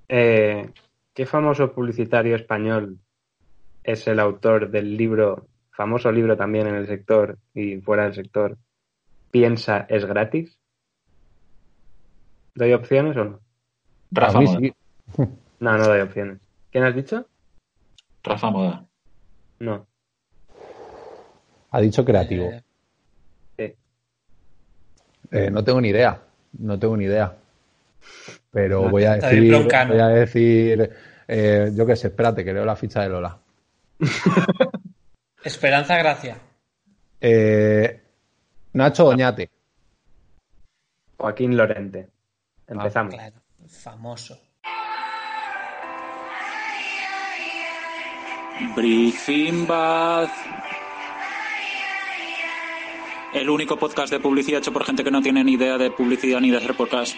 Eh, ¿Qué famoso publicitario español es el autor del libro, famoso libro también en el sector y fuera del sector, Piensa es gratis? ¿Doy opciones o no? A Rafa mí Moda. sí. No, no doy opciones. ¿Quién has dicho? Rafa Moda. No. Ha dicho creativo. Eh, Sí. No tengo ni idea. No tengo ni idea. Pero No. David voy a Broncano. decir, yo qué sé, espérate, que leo la ficha de Lola. Esperanza Gracia. Eh, Nacho Oñate. Joaquín Lorente. Ah, Empezamos. Claro, famoso. Briefing Bad. El único podcast de publicidad hecho por gente que no tiene ni idea de publicidad ni de hacer podcast.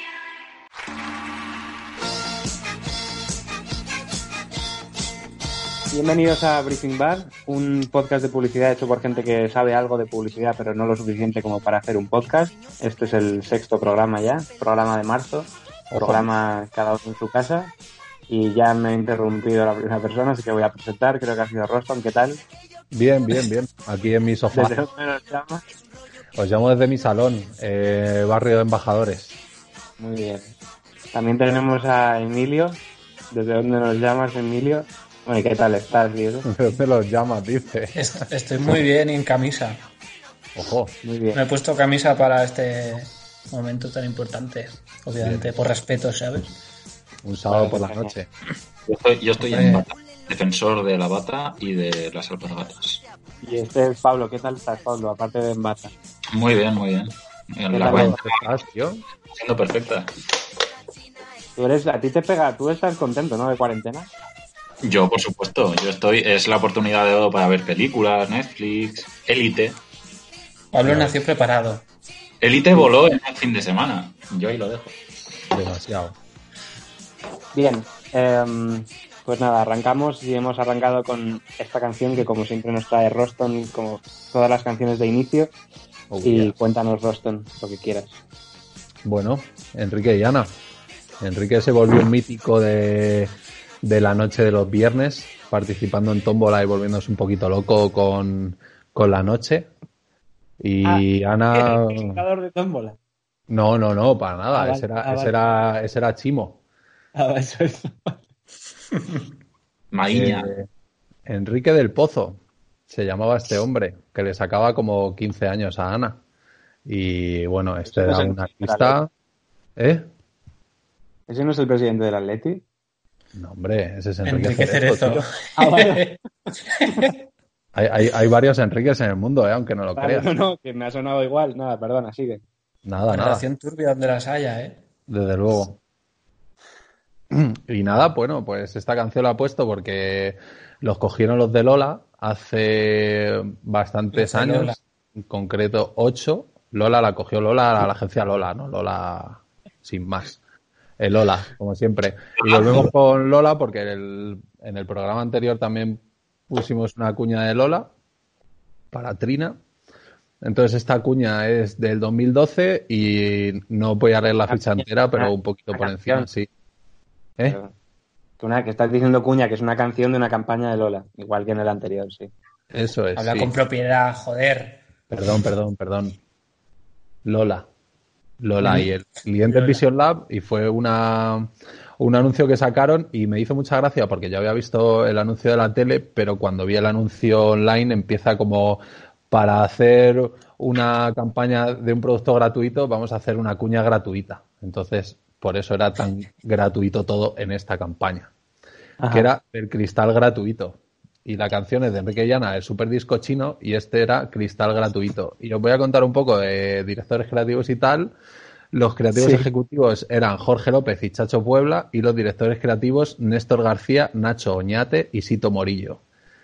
Bienvenidos a Briefing Bad, un podcast de publicidad hecho por gente que sabe algo de publicidad, pero no lo suficiente como para hacer un podcast. Este es el sexto programa ya, programa de marzo, programa cada uno en su casa. Y ya me ha interrumpido la primera persona, así que voy a presentar. Creo que ha sido Roston. ¿Qué tal? bien, bien, bien. Aquí en mi sofá. ¿Desde dónde nos llama? Os llamo desde mi salón, barrio de Embajadores. Muy bien. También tenemos a Emilio. ¿Desde dónde nos llamas, Emilio? Bueno, ¿y qué tal estás, Diego? ¿De dónde los llamas? Dice. Estoy muy bien en camisa. Ojo. Muy bien. Me he puesto camisa para este momento tan importante. Obviamente, por respeto, ¿sabes? Un sábado Vale, por la genial. noche. Yo estoy Hombre. en bata. Defensor de la bata y de las alpargatas. Y este es Pablo. ¿Qué tal estás, Pablo? Aparte de en bata. Muy bien, muy bien. ¿Qué La tal? cuenta ¿Estás, tío? siendo perfecta. A ti te pega, tú estás contento, ¿no? De cuarentena. Yo, por supuesto, es la oportunidad de oro para ver películas, Netflix, Élite. Pablo nació preparado. Élite voló en el fin de semana. Yo ahí lo dejo. Demasiado. Bien, pues nada, arrancamos y hemos arrancado con esta canción que como siempre nos trae Roston, como todas las canciones de inicio. Oh, Y yeah. cuéntanos, Roston, lo que quieras. Bueno, Enrique y Ana. Enrique se volvió un mítico de la noche de los viernes, participando en tómbola y volviéndose un poquito loco con la noche. Y Ana... Jugador de tómbola. No, para nada. Ah, vale. Ese era Chimo. Eso es. Maíña. Enrique del Pozo se llamaba este hombre, que le sacaba como 15 años a Ana. Y bueno, este Ese no da es el una presidente del pista. ¿Eh? ¿Ese no es el presidente del Atleti? No, hombre, ese es Enrique Cerezo. tío. Vale. Hay varios Enriques en el mundo, aunque no lo Vale, creas. no, que me ha sonado igual. Nada, perdona, sigue. Nada. Relación turbia donde las haya, ¿eh? Desde luego. Y nada, bueno, pues esta canción la he puesto porque los cogieron los de Lola hace bastantes Los de años, Lola. en concreto 8. Lola la cogió Lola, la agencia Lola, ¿no? Lola sin más. Lola, como siempre. Y volvemos con Lola porque en el programa anterior también pusimos una cuña de Lola para Trina. Entonces esta cuña es del 2012 y no voy a leer la ficha entera, pero un poquito por encima, sí. ¿Eh? Que estás diciendo cuña, que es una canción de una campaña de Lola, igual que en el anterior, sí. Eso es, Habla sí. con propiedad, joder. Perdón. Lola. Y el cliente es Vision Lab y fue un anuncio que sacaron y me hizo mucha gracia porque yo había visto el anuncio de la tele, pero cuando vi el anuncio online empieza como para hacer una campaña de un producto gratuito, vamos a hacer una cuña gratuita. Entonces, por eso era tan gratuito todo en esta campaña. Ajá. Que era el cristal gratuito. Y la canción es de Enrique Llana, el super disco chino, y este era Cristal gratuito. Y os voy a contar un poco de directores creativos y tal. Los creativos Sí. ejecutivos eran Jorge López y Chacho Puebla, y los directores creativos Néstor García, Nacho Oñate y Sito Morillo.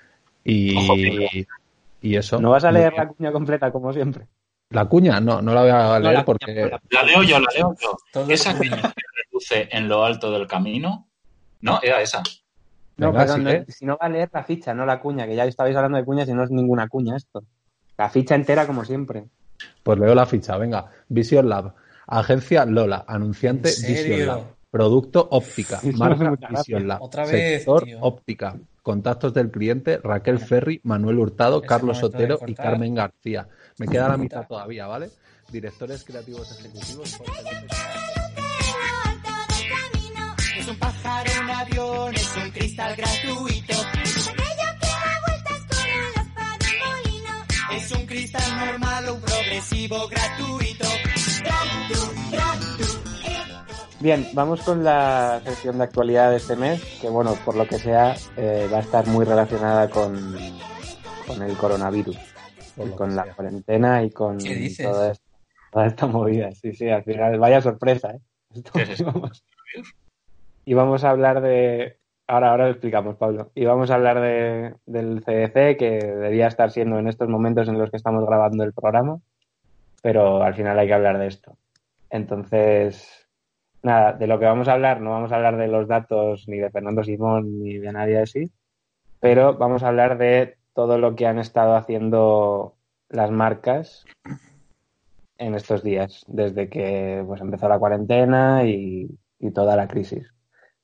Y eso. ¿No vas a leer la cuña completa como siempre? La cuña, no la voy a leer la cuña, porque... La leo yo. Todo Esa es que cuña. reduce en lo alto del camino. No, era esa. No, Venga, perdón, sigue. si no va a leer la ficha, no la cuña, que ya estabais hablando de cuñas y no es ninguna cuña esto. La ficha entera como siempre. Pues leo la ficha, venga. Vision Lab, agencia Lola, anunciante ¿En serio? Vision Lab. Producto óptica. Eso Marca hace mucha gracia. Vision Lab. Otra vez, Sector tío. óptica. Contactos del cliente, Raquel Ferri, Manuel Hurtado, Es Carlos momento de Sotero y cortar. Carmen García. Me queda la mitad todavía, ¿vale? Directores creativos ejecutivos. Jorge López. Es un pájaro, un avión, es un cristal gratuito. Es aquello que da vueltas con el aspa de un molino. Es un cristal normal o un progresivo gratuito. Bien, vamos con la sección de actualidad de este mes, que bueno, por lo que sea, va a estar muy relacionada con el coronavirus, Por y lo con que la sea. cuarentena y con ¿Qué dices? toda esta movida. Sí, sí, al final, vaya sorpresa, ¿eh? Esto ¿Qué es eso? Y vamos a hablar de... Ahora lo explicamos, Pablo. Y vamos a hablar del CDC, que debía estar siendo en estos momentos en los que estamos grabando el programa, pero al final hay que hablar de esto. Entonces, nada, de lo que vamos a hablar, no vamos a hablar de los datos ni de Fernando Simón ni de nadie así, pero vamos a hablar de todo lo que han estado haciendo las marcas en estos días, desde que pues empezó la cuarentena y toda la crisis.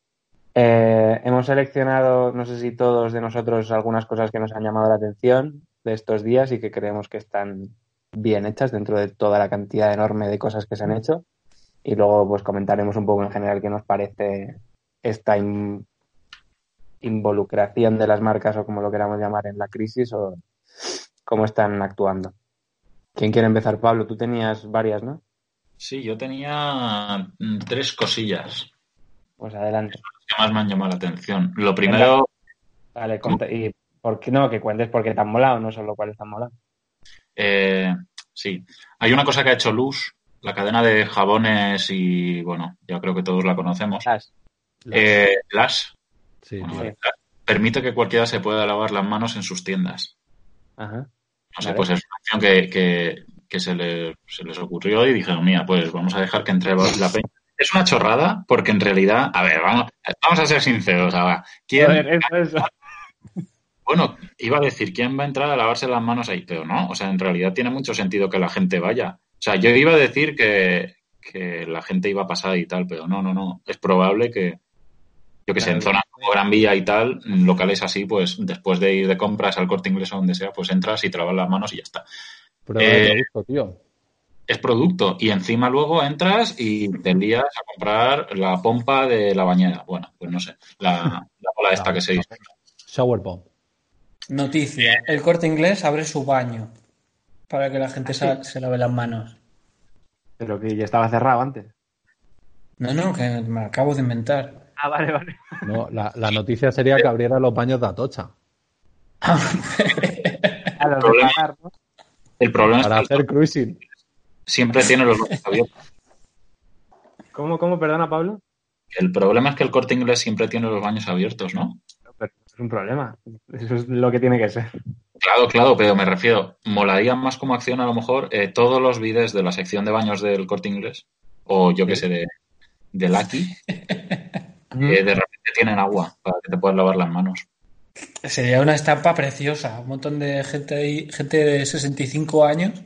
Hemos seleccionado, no sé si todos de nosotros, algunas cosas que nos han llamado la atención de estos días y que creemos que están bien hechas dentro de toda la cantidad enorme de cosas que se han hecho. Y luego pues comentaremos un poco en general qué nos parece esta involucración de las marcas, o como lo queramos llamar, en la crisis, o cómo están actuando. ¿Quién quiere empezar? Pablo, tú tenías varias, ¿no? Sí, yo tenía 3 cosillas Pues adelante. que más me han llamado la atención. Lo primero, Vale, y ¿por qué no? Que cuentes por qué te han molado, no solo cuáles te han molado. sí, hay una cosa que ha hecho Lush, la cadena de jabones y, bueno, ya creo que todos la conocemos. Lush. Sí, Bueno, tío. vale, permite que cualquiera se pueda lavar las manos en sus tiendas. Ajá. No sé, Vale. pues es una opción que se les ocurrió y dijeron, mira, pues vamos a dejar que entre la peña. Es una chorrada porque en realidad, a ver, vamos a ser sinceros ahora. ¿Quién, Joder, eso. bueno, iba a decir, ¿quién va a entrar a lavarse las manos ahí? Pero no, o sea, en realidad tiene mucho sentido que la gente vaya. O sea, yo iba a decir que la gente iba a pasar y tal, pero no. Es probable que, yo que sé, en zonas como Gran Vía y tal, en locales así, pues después de ir de compras al Corte Inglés o donde sea, pues entras y te lavas las manos y ya está. Prueba de producto, tío. Es producto y encima luego entras y te lías a comprar la pompa de la bañera. Bueno, pues no sé, la bola esta que se dice. Shower bomb. Noticia. El Corte Inglés abre su baño para que la gente se lave las manos. Pero que ya estaba cerrado antes. No, que me acabo de inventar. Ah, vale. No, la noticia sería que abriera los baños de Atocha. A los de problema- pagar, ¿no? El problema Para es que hacer cruising. siempre tiene los baños abiertos. ¿Cómo? Perdona, Pablo. El problema es que el Corte Inglés siempre tiene los baños abiertos, ¿no? Pero es un problema. Eso es lo que tiene que ser. Claro, pero me refiero, molaría más como acción a lo mejor todos los vídeos de la sección de baños del Corte Inglés, o yo que sé, de Lucky, de repente tienen agua para que te puedas lavar las manos. Sería una estampa preciosa. Un montón de gente ahí, gente de 65 años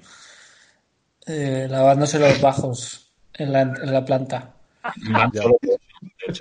lavándose los bajos en la planta. Van Ya. solo por eso,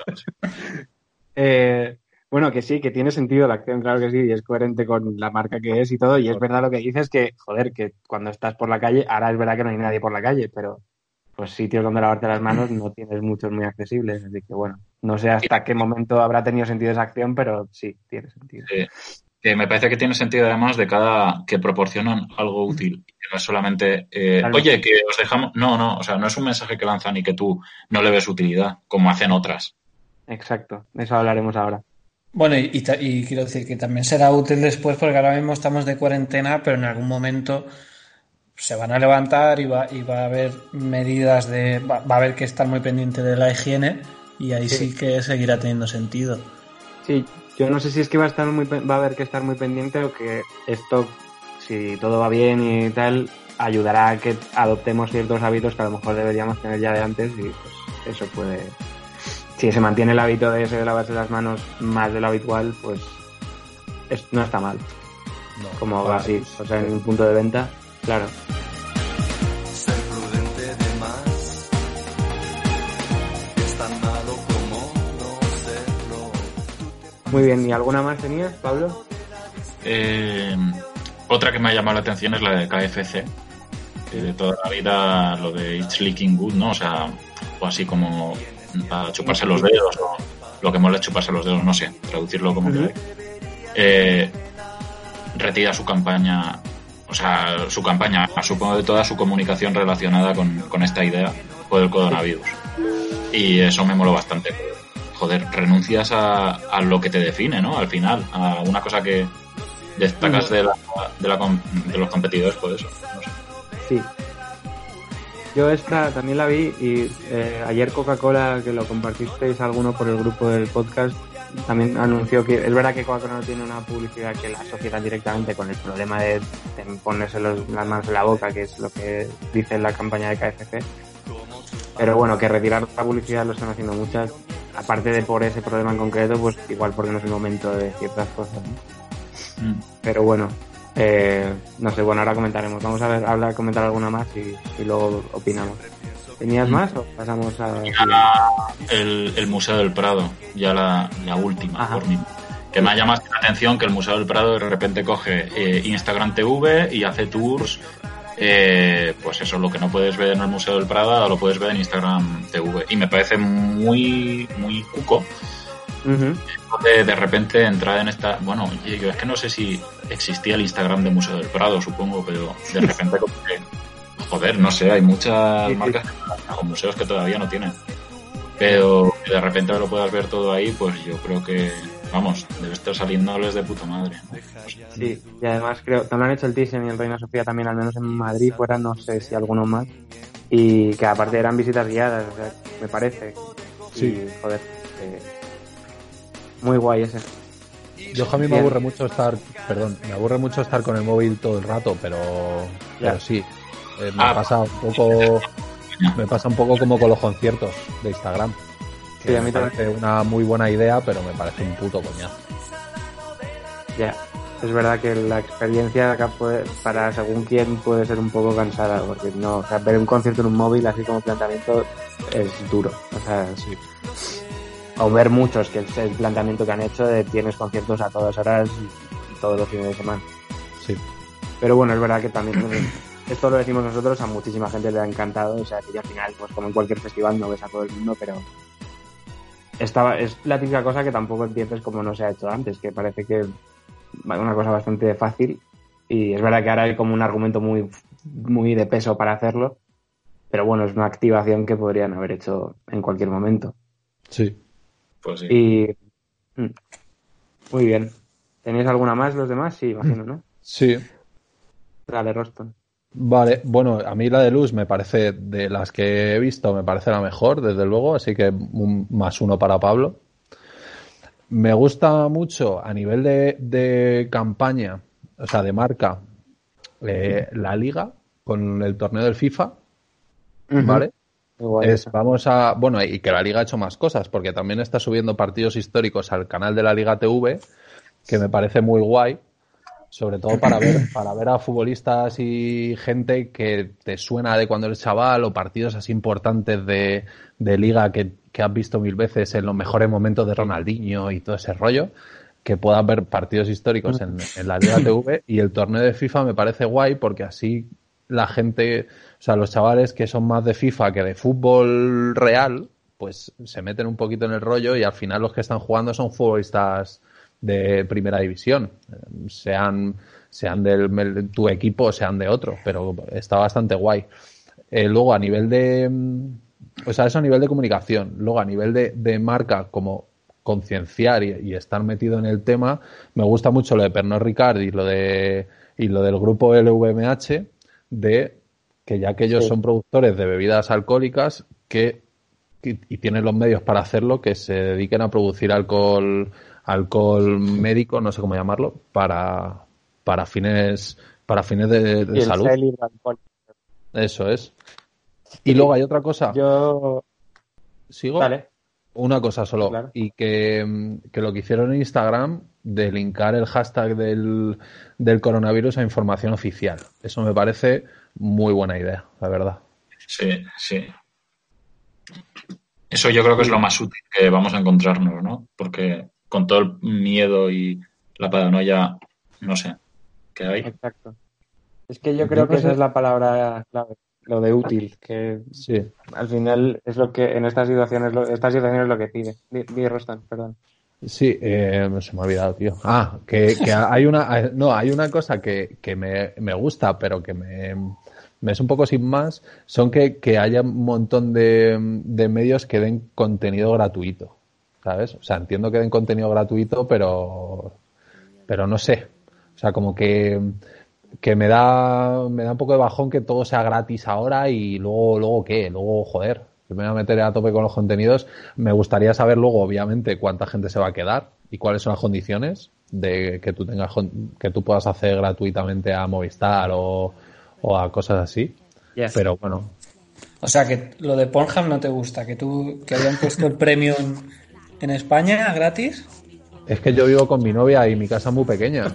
de hecho. Bueno, que sí, que tiene sentido la acción, claro que sí, y es coherente con la marca que es y todo, y es verdad lo que dices, que, joder, que cuando estás por la calle, ahora es verdad que no hay nadie por la calle, pero pues sitios donde lavarte las manos no tienes muchos muy accesibles, así que bueno, no sé hasta qué momento habrá tenido sentido esa acción, pero sí, tiene sentido. Que me parece que tiene sentido además de que proporcionan algo útil, que no es solamente, oye, que os dejamos, no, o sea, no es un mensaje que lanzan y que tú no le ves utilidad, como hacen otras. Exacto, de eso hablaremos ahora. Bueno, y quiero decir que también será útil después porque ahora mismo estamos de cuarentena, pero en algún momento se van a levantar y va a haber medidas va a haber que estar muy pendiente de la higiene y ahí sí que seguirá teniendo sentido. Sí, yo no sé si es que va a haber que estar muy pendiente o que esto, si todo va bien y tal, ayudará a que adoptemos ciertos hábitos que a lo mejor deberíamos tener ya de antes y pues eso puede... Si se mantiene el hábito de lavarse las manos más de lo habitual, pues no está mal. No, Como vale. así, o sea, en un punto de venta, claro. Ser prudente de más es tan malo como Muy bien, ¿y alguna más tenías, Pablo? Otra que me ha llamado la atención es la de KFC. Que de toda la vida lo de It's Leaking Good, ¿no? O sea, o así como para chuparse los dedos, o lo que mola es chuparse los dedos, no sé, traducirlo como queráis. Retira su campaña, supongo, de toda su comunicación relacionada con esta idea por el coronavirus. Y eso me moló bastante. Joder, renuncias a lo que te define, ¿no? Al final, a una cosa que destacas de los competidores, por eso. No sé. Sí. Yo esta también la vi y ayer Coca-Cola, que lo compartisteis alguno por el grupo del podcast, también anunció que es verdad que Coca-Cola no tiene una publicidad que la asocia directamente con el problema de ponerse las manos en la boca, que es lo que dice en la campaña de KFC. Pero bueno, que retirar la publicidad lo están haciendo muchas, aparte de por ese problema en concreto, pues igual porque no es el momento de ciertas cosas, ¿no? Pero bueno, no sé, bueno, ahora comentaremos. Vamos a comentar alguna más y luego opinamos. ¿Tenías más o pasamos a...? El Museo del Prado, ya la última, por mí. Que me ha llamado la atención que el Museo del Prado de repente coge Instagram TV y hace tours. Pues eso, lo que no puedes ver en el Museo del Prado lo puedes ver en Instagram TV. Y me parece muy, muy cuco. De repente entrar en esta... Bueno, yo es que no sé si existía el Instagram de Museo del Prado, supongo, pero de repente como que... Joder, no sé, hay muchas marcas o museos que todavía no tienen. Pero que de repente lo puedas ver todo ahí, pues yo creo que, vamos, debe estar saliéndoles de puta madre, ¿no? Sí, y además creo que no han hecho el Thyssen y el Reina Sofía también, al menos en Madrid, fuera no sé si alguno más. Y que aparte eran visitas guiadas, o sea, me parece. Sí. Y, joder, muy guay ese. Yo a mí me aburre mucho estar con el móvil todo el rato, pero sí. Me pasa un poco como con los conciertos de Instagram. Que sí, a mí me parece una muy buena idea, pero me parece un puto coñazo. Ya, es verdad que la experiencia acá para según quién puede ser un poco cansada, porque no, o sea, ver un concierto en un móvil así como planteamiento es duro. O sea, sí. O ver muchos, que es el planteamiento que han hecho de tienes conciertos a todas horas y todos los fines de semana. Sí. Pero bueno, es verdad que también... Esto lo decimos nosotros, a muchísima gente le ha encantado, o sea, que ya al final, pues como en cualquier festival no ves a todo el mundo, pero es la típica cosa que tampoco entiendes como no se ha hecho antes, que parece que es una cosa bastante fácil y es verdad que ahora hay como un argumento muy, muy de peso para hacerlo, pero bueno, es una activación que podrían haber hecho en cualquier momento. Sí. Pues sí. Y muy bien. ¿Tenéis alguna más los demás? Sí, imagino, ¿no? Sí. Dale, Roston. Vale, bueno, a mí la de Luz me parece, de las que he visto, me parece la mejor, desde luego, así que +1 para Pablo. Me gusta mucho a nivel de campaña, o sea, de marca, la Liga con el torneo del FIFA, ¿vale? Bueno, y que la Liga ha hecho más cosas, porque también está subiendo partidos históricos al canal de la Liga TV, que me parece muy guay. Sobre todo para ver a futbolistas y gente que te suena de cuando eres chaval o partidos así importantes de liga que has visto 1000 veces en los mejores momentos de Ronaldinho y todo ese rollo, que puedas ver partidos históricos en la Liga TV. Y el torneo de FIFA me parece guay porque así la gente, o sea, los chavales que son más de FIFA que de fútbol real, pues se meten un poquito en el rollo y al final los que están jugando son futbolistas de primera división, sean de tu equipo o sean de otro, pero está bastante guay. Luego a nivel de, o sea, eso a nivel de comunicación. Luego a nivel de marca, como concienciar y estar metido en el tema, me gusta mucho lo de Pernod Ricard y lo del grupo LVMH, de que ya que ellos son productores de bebidas alcohólicas y tienen los medios para hacerlo, que se dediquen a producir alcohol médico, no sé cómo llamarlo, para fines de salud. Eso es. Y luego hay otra cosa. ¿Sigo? Vale. Una cosa solo. Claro. Y que lo que hicieron en Instagram de linkar el hashtag del coronavirus a información oficial. Eso me parece muy buena idea, la verdad. Sí. Eso yo creo que es lo más útil que vamos a encontrarnos, ¿no? Porque con todo el miedo y la paranoia, no sé, que hay. Exacto. Es que yo creo que esa es la palabra clave, lo de útil, que Sí. al final es lo que en estas situaciones es lo que pide. Di Rostan, perdón. Sí, se me ha olvidado, tío. Que hay una cosa que me gusta, pero que me es un poco sin más, son que haya un montón de medios que den contenido gratuito, ¿sabes? O sea, entiendo que den contenido gratuito, pero no sé. O sea, como que me da un poco de bajón que todo sea gratis ahora y luego ¿qué? Luego, joder, me voy a meter a tope con los contenidos. Me gustaría saber luego, obviamente, cuánta gente se va a quedar y cuáles son las condiciones de que tú puedas acceder gratuitamente a Movistar o a cosas así. Yes. Pero bueno. O sea, que lo de Pornhub no te gusta, que hayan puesto el premio en España gratis. Es que yo vivo con mi novia y mi casa es muy pequeña.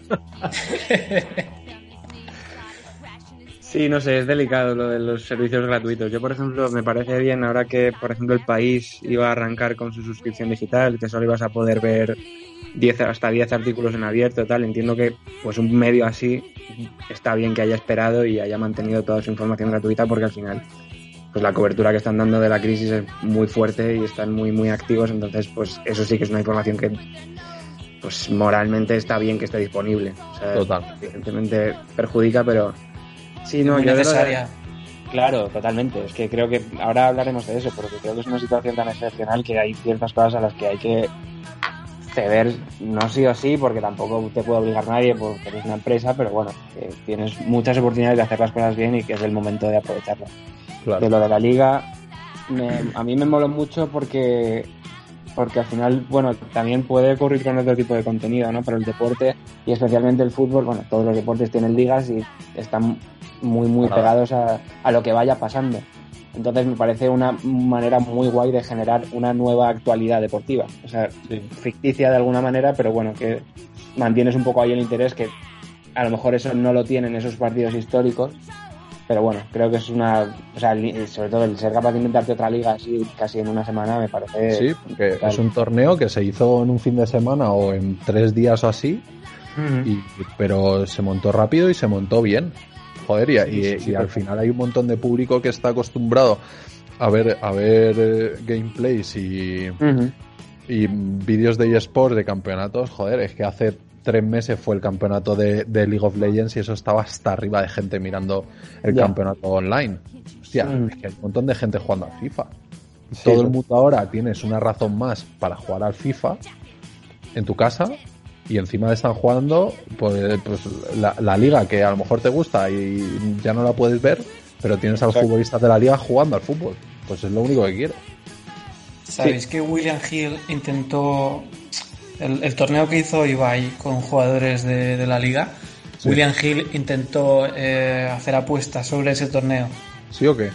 Sí, no sé, es delicado lo de los servicios gratuitos. Yo, por ejemplo, me parece bien ahora que, por ejemplo, El País iba a arrancar con su suscripción digital, que solo ibas a poder ver hasta 10 artículos en abierto, tal. Entiendo que pues un medio así está bien que haya esperado y haya mantenido toda su información gratuita, porque al final pues la cobertura que están dando de la crisis es muy fuerte y están muy, muy activos. Entonces, pues eso sí que es una información que pues moralmente está bien que esté disponible. O sea, Total. evidentemente perjudica, pero sí, no, muy yo necesaria. Claro, totalmente. Es que creo que ahora hablaremos de eso, porque creo que es una situación tan excepcional que hay ciertas cosas a las que hay que ceder, no sí o sí, porque tampoco te puede obligar nadie porque eres una empresa, pero bueno, que tienes muchas oportunidades de hacer las cosas bien y que es el momento de aprovecharlas. Claro. De lo de la liga, a mí me moló mucho porque al final, bueno, también puede ocurrir con otro tipo de contenido, ¿no? Pero el deporte y especialmente el fútbol, bueno, todos los deportes tienen ligas y están muy, muy pegados a lo que vaya pasando. Entonces me parece una manera muy guay de generar una nueva actualidad deportiva. O sea, Sí. ficticia de alguna manera, pero bueno, que mantienes un poco ahí el interés, que a lo mejor eso no lo tienen esos partidos históricos. Pero bueno, creo que es o sea, sobre todo el ser capaz de inventarte otra liga así casi en una semana me parece... Sí, porque es un torneo que se hizo en un fin de semana o en 3 días o así, pero se montó rápido y se montó bien. Joder, y al final hay un montón de público que está acostumbrado a ver gameplays y vídeos de eSports de campeonatos. Joder, es que hace 3 meses fue el campeonato de League of Legends y eso estaba hasta arriba de gente mirando el campeonato online. Hostia, es que hay un montón de gente jugando al FIFA. Sí, Todo el mundo ahora tienes una razón más para jugar al FIFA en tu casa y encima están jugando pues la liga que a lo mejor te gusta y ya no la puedes ver, pero tienes a los futbolistas de la liga jugando al fútbol. Pues es lo único que quiero. ¿Sabéis que William Hill intentó el torneo que hizo Ibai con jugadores de la liga? Sí. William Hill intentó hacer apuestas sobre ese torneo. ¿Sí o qué?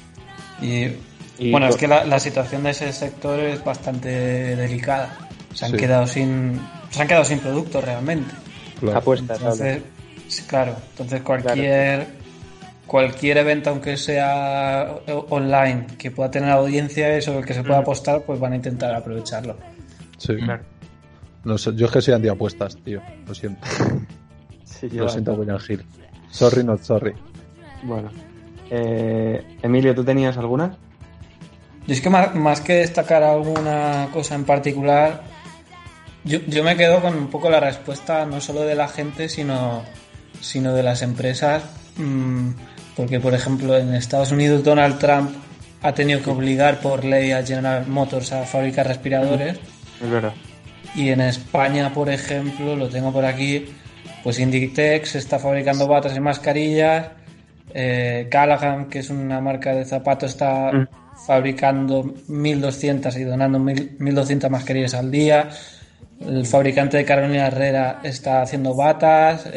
Y bueno, es que la situación de ese sector es bastante delicada. Se han quedado sin producto realmente. Claro. Apuestas, entonces, claro. Entonces cualquier evento, aunque sea online, que pueda tener audiencia y sobre el que se pueda apostar, pues van a intentar aprovecharlo. Sí. Claro. No sé, yo es que soy antiapuestas, tío. Lo siento. Sí, lo siento, William Hill. Sorry, not sorry. Bueno. Emilio, ¿tú tenías alguna? Yo es que más que destacar alguna cosa en particular, yo me quedo con un poco la respuesta no solo de la gente, sino de las empresas. Porque, por ejemplo, en Estados Unidos Donald Trump ha tenido que obligar por ley a General Motors a fabricar respiradores. Es verdad. Y en España, por ejemplo, lo tengo por aquí, pues Inditex está fabricando batas y mascarillas. Callaghan, que es una marca de zapatos, está fabricando 1.200 y donando 1.200 mascarillas al día. El fabricante de Carolina Herrera está haciendo batas.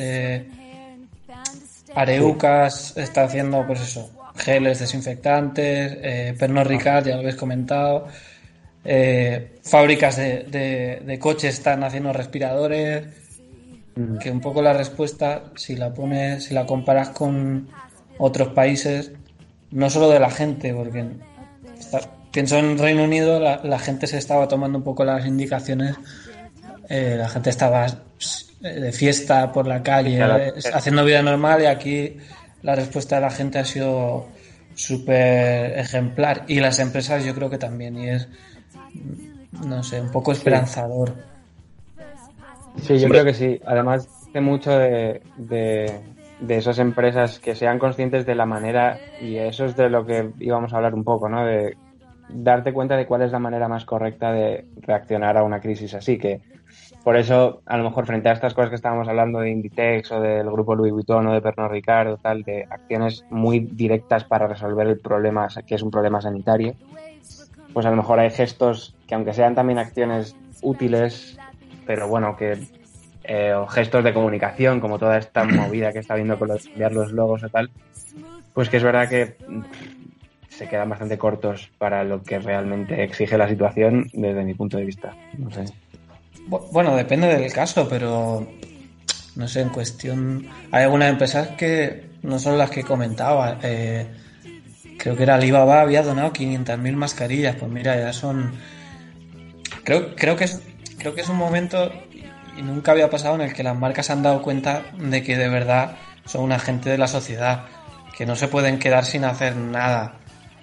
Areucas está haciendo, pues eso, geles desinfectantes. Pernod Ricard, ya lo habéis comentado. Fábricas de coches están haciendo respiradores. Que un poco la respuesta, si la comparas con otros países, no solo de la gente, porque pienso en Reino Unido, la gente se estaba tomando un poco las indicaciones la gente estaba de fiesta por la calle, haciendo vida normal, y aquí la respuesta de la gente ha sido súper ejemplar, y las empresas yo creo que también, y es, no sé, un poco esperanzador. Sí, yo creo que sí. Además, hace mucho de esas empresas que sean conscientes de la manera, y eso es de lo que íbamos a hablar un poco, ¿no? De darte cuenta de cuál es la manera más correcta de reaccionar a una crisis así, que por eso, a lo mejor, frente a estas cosas que estábamos hablando de Inditex o del grupo Louis Vuitton o de Pernod Ricard o tal, de acciones muy directas para resolver el problema, que es un problema sanitario, pues a lo mejor hay gestos que, aunque sean también acciones útiles, pero bueno, que o gestos de comunicación, como toda esta movida que está viendo con cambiar los logos o tal, pues que es verdad que se quedan bastante cortos para lo que realmente exige la situación desde mi punto de vista. No sé. Bueno, depende del caso, pero no sé, en cuestión... Hay algunas empresas que no son las que comentaba. Creo que era Alibaba, había donado 500.000 mascarillas. Pues mira, ya son... Creo que es un momento, y nunca había pasado, en el que las marcas se han dado cuenta de que de verdad son un agente de la sociedad, que no se pueden quedar sin hacer nada.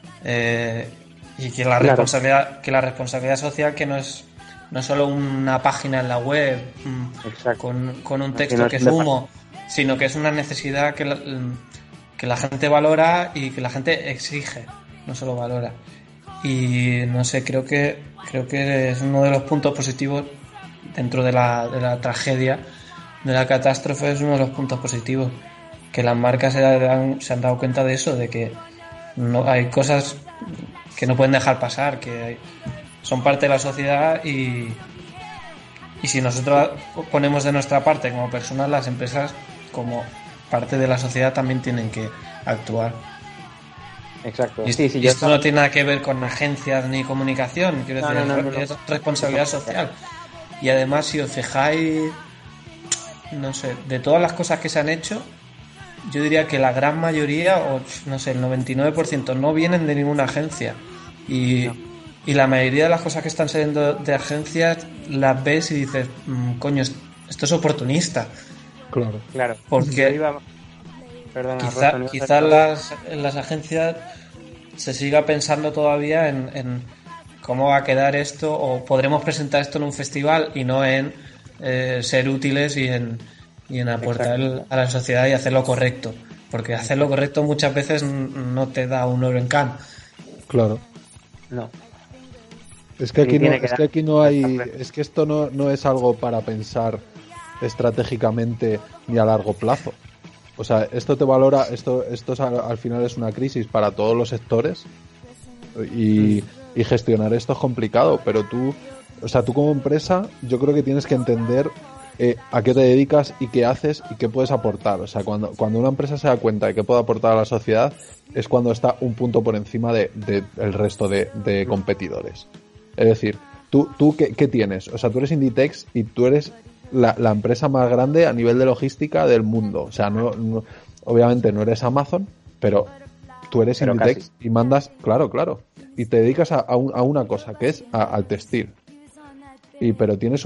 Y que la responsabilidad social, que no es solo una página en la web con un texto que es humo, sino que es una necesidad que la gente valora y que la gente exige, no solo valora. Y no sé, creo que es uno de los puntos positivos dentro de la tragedia, de la catástrofe. Es uno de los puntos positivos, que las marcas se han dado cuenta de eso, de que no hay cosas que no pueden dejar pasar, que son parte de la sociedad, y si nosotros ponemos de nuestra parte como personas, las empresas como parte de la sociedad también tienen que actuar. Exacto. Y esto no tiene nada que ver con agencias ni comunicación, quiero decir, es responsabilidad social. Y además, si os fijáis, no sé, de todas las cosas que se han hecho, yo diría que la gran mayoría, o no sé, el 99%, no vienen de ninguna agencia. Y la mayoría de las cosas que están saliendo de agencias las ves y dices, coño, esto es oportunista. Claro. Porque quizás en las agencias se siga pensando todavía en cómo va a quedar esto, o podremos presentar esto en un festival y no en ser útiles y en aportar a la sociedad y hacer lo correcto, porque hacer lo correcto muchas veces no te da un oro en can. Claro. No. Es que aquí no hay, es que esto no es algo para pensar estratégicamente ni a largo plazo. O sea, esto te valora, esto al final es una crisis para todos los sectores, y gestionar esto es complicado, pero tú como empresa, yo creo que tienes que entender a qué te dedicas y qué haces y qué puedes aportar. O sea, cuando una empresa se da cuenta de qué puede aportar a la sociedad, es cuando está un punto por encima de el resto de competidores. Es decir, tú ¿qué tienes? O sea, tú eres Inditex y tú eres la empresa más grande a nivel de logística del mundo. O sea, no obviamente no eres Amazon, pero tú eres Inditex casi. Y mandas, claro, y te dedicas a una cosa, que es al textil. Pero tienes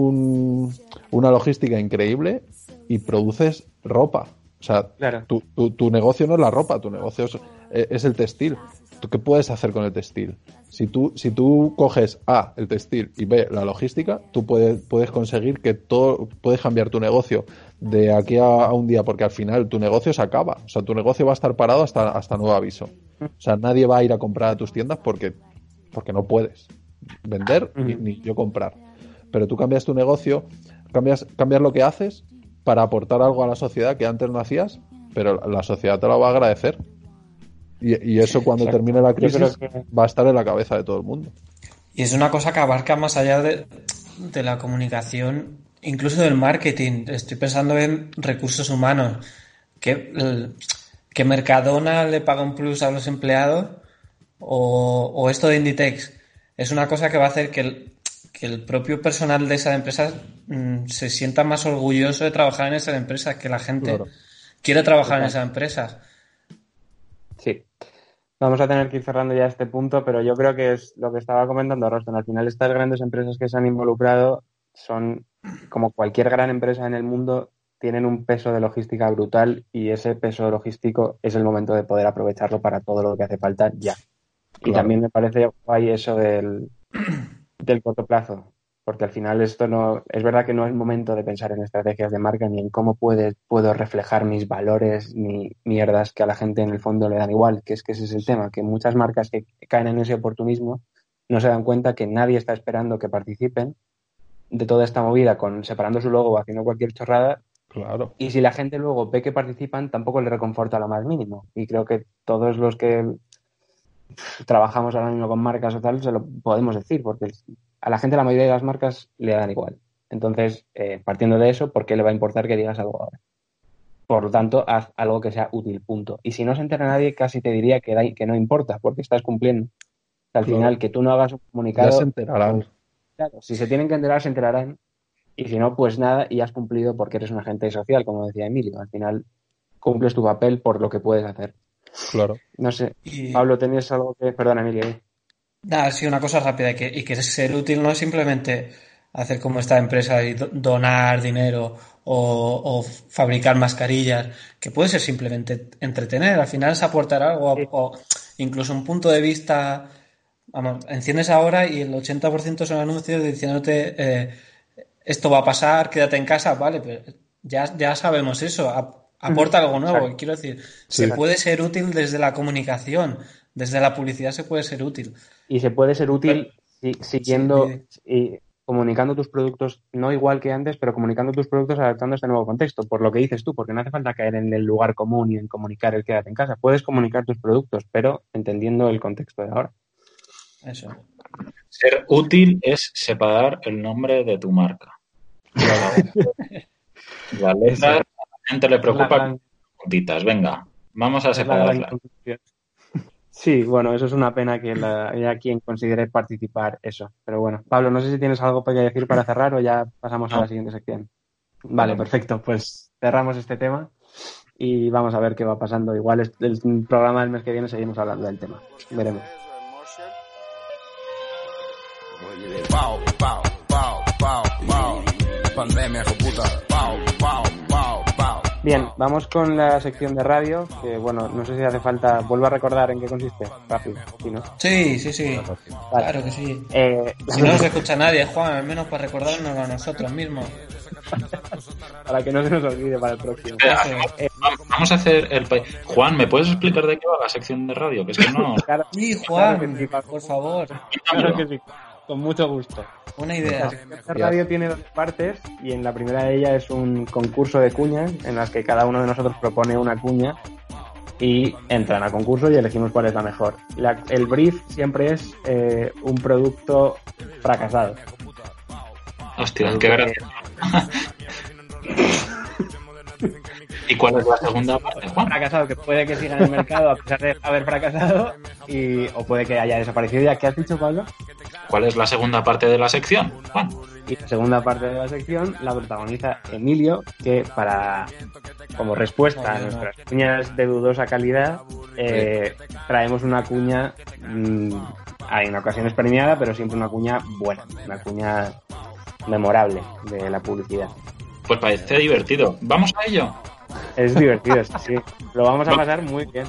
una logística increíble y produces ropa. O sea, claro. tu negocio no es la ropa, tu negocio es el textil. ¿Tú qué puedes hacer con el textil? Si tú coges A, el textil, y B, la logística, tú puedes conseguir que puedes cambiar tu negocio de aquí a un día, porque al final tu negocio se acaba. O sea, tu negocio va a estar parado hasta nuevo aviso. O sea, nadie va a ir a comprar a tus tiendas porque no puedes vender ni yo comprar. Pero tú cambias tu negocio, cambias lo que haces para aportar algo a la sociedad que antes no hacías, pero la sociedad te lo va a agradecer. Y eso, cuando termine la crisis, va a estar en la cabeza de todo el mundo. Y es una cosa que abarca más allá de la comunicación, incluso del marketing. Estoy pensando en recursos humanos. Que Mercadona le paga un plus a los empleados, o esto de Inditex. Es una cosa que va a hacer que el propio personal de esas empresas se sienta más orgulloso de trabajar en esas empresas, que la gente quiere trabajar en esas empresas. Sí. Vamos a tener que ir cerrando ya este punto, pero yo creo que es lo que estaba comentando Roston. Al final, estas grandes empresas que se han involucrado son como cualquier gran empresa en el mundo, tienen un peso de logística brutal y ese peso logístico es el momento de poder aprovecharlo para todo lo que hace falta ya. Y también me parece guay eso del corto plazo, porque al final esto no es verdad que no es momento de pensar en estrategias de marca ni en cómo puedo reflejar mis valores ni mierdas que a la gente en el fondo le dan igual, que ese es el tema, que muchas marcas que caen en ese oportunismo no se dan cuenta que nadie está esperando que participen de toda esta movida separando su logo o haciendo cualquier chorrada. Claro. Y si la gente luego ve que participan, tampoco le reconforta lo más mínimo. Y creo que todos los que trabajamos ahora mismo con marcas o tal, se lo podemos decir, porque a la gente la mayoría de las marcas le dan igual. Entonces, partiendo de eso, ¿por qué le va a importar que digas algo ahora? Por lo tanto, haz algo que sea útil, punto. Y si no se entera nadie, casi te diría que no importa, porque estás cumpliendo. Al final, que tú no hagas un comunicado... Ya se enterarán. Claro, si se tienen que enterar, se enterarán. Y si no, pues nada, y has cumplido porque eres un agente social, como decía Emilio. Al final, cumples tu papel por lo que puedes hacer. Claro. No sé. Pablo, ¿tenías algo que...? Perdón, Emilio. Nada, sí, una cosa rápida. Y que ser útil no es simplemente hacer como esta empresa y donar dinero o fabricar mascarillas, que puede ser simplemente entretener. Al final es aportar algo o incluso un punto de vista... Vamos, enciendes ahora y el 80% son anuncios diciéndote esto va a pasar, quédate en casa, vale, pero ya sabemos eso, aporta algo nuevo. Exacto. Quiero decir, se puede ser útil desde la comunicación, desde la publicidad se puede ser útil. Y se puede ser útil siguiendo y comunicando tus productos, no igual que antes, pero comunicando tus productos adaptando a este nuevo contexto, por lo que dices tú, porque no hace falta caer en el lugar común y en comunicar el quédate en casa. Puedes comunicar tus productos, pero entendiendo el contexto de ahora. Eso. Ser útil es separar el nombre de tu marca. La letra a la gente le preocupa puntitas. Venga, vamos a separarla. Sí, bueno, eso es una pena que haya quien considere participar eso. Pero bueno, Pablo, no sé si tienes algo para decir para cerrar o ya pasamos a la siguiente sección. Vale, perfecto. Pues cerramos este tema y vamos a ver qué va pasando. Igual el programa del mes que viene seguimos hablando del tema. Veremos. Pau, pau, pau, pau, pau. Pandemia, puta. Pau, pau, pau, pau. Bien, vamos con la sección de radio, que bueno, no sé si hace falta, vuelvo a recordar en qué consiste, rápido, ¿sí, no? Sí. Vale. Claro que sí. Si no nos escucha nadie, Juan, al menos para recordarnos a nosotros mismos. Para que no se nos olvide para el próximo. Vamos a hacer el... Juan, ¿me puedes explicar de qué va la sección de radio? Que es que no... Sí, Juan, por favor. Claro que sí. Con mucho gusto. Una idea. La sección de radio tiene dos partes y en la primera de ellas es un concurso de cuñas en las que cada uno de nosotros propone una cuña y entran a concurso y elegimos cuál es la mejor. El brief siempre es un producto fracasado. Hostia, qué gracia. ¿Y cuál es la segunda parte, Juan? Fracasado, que puede que siga en el mercado a pesar de haber fracasado o puede que haya desaparecido ya. ¿Qué has dicho, Pablo? ¿Cuál es la segunda parte de la sección, Juan? Y la segunda parte de la sección la protagoniza Emilio, que como respuesta a nuestras cuñas de dudosa calidad, traemos una cuña, en ocasiones premiada, pero siempre una cuña buena, una cuña memorable de la publicidad. Pues parece divertido. ¿Vamos a ello? Es divertido, sí. Lo vamos a pasar muy bien.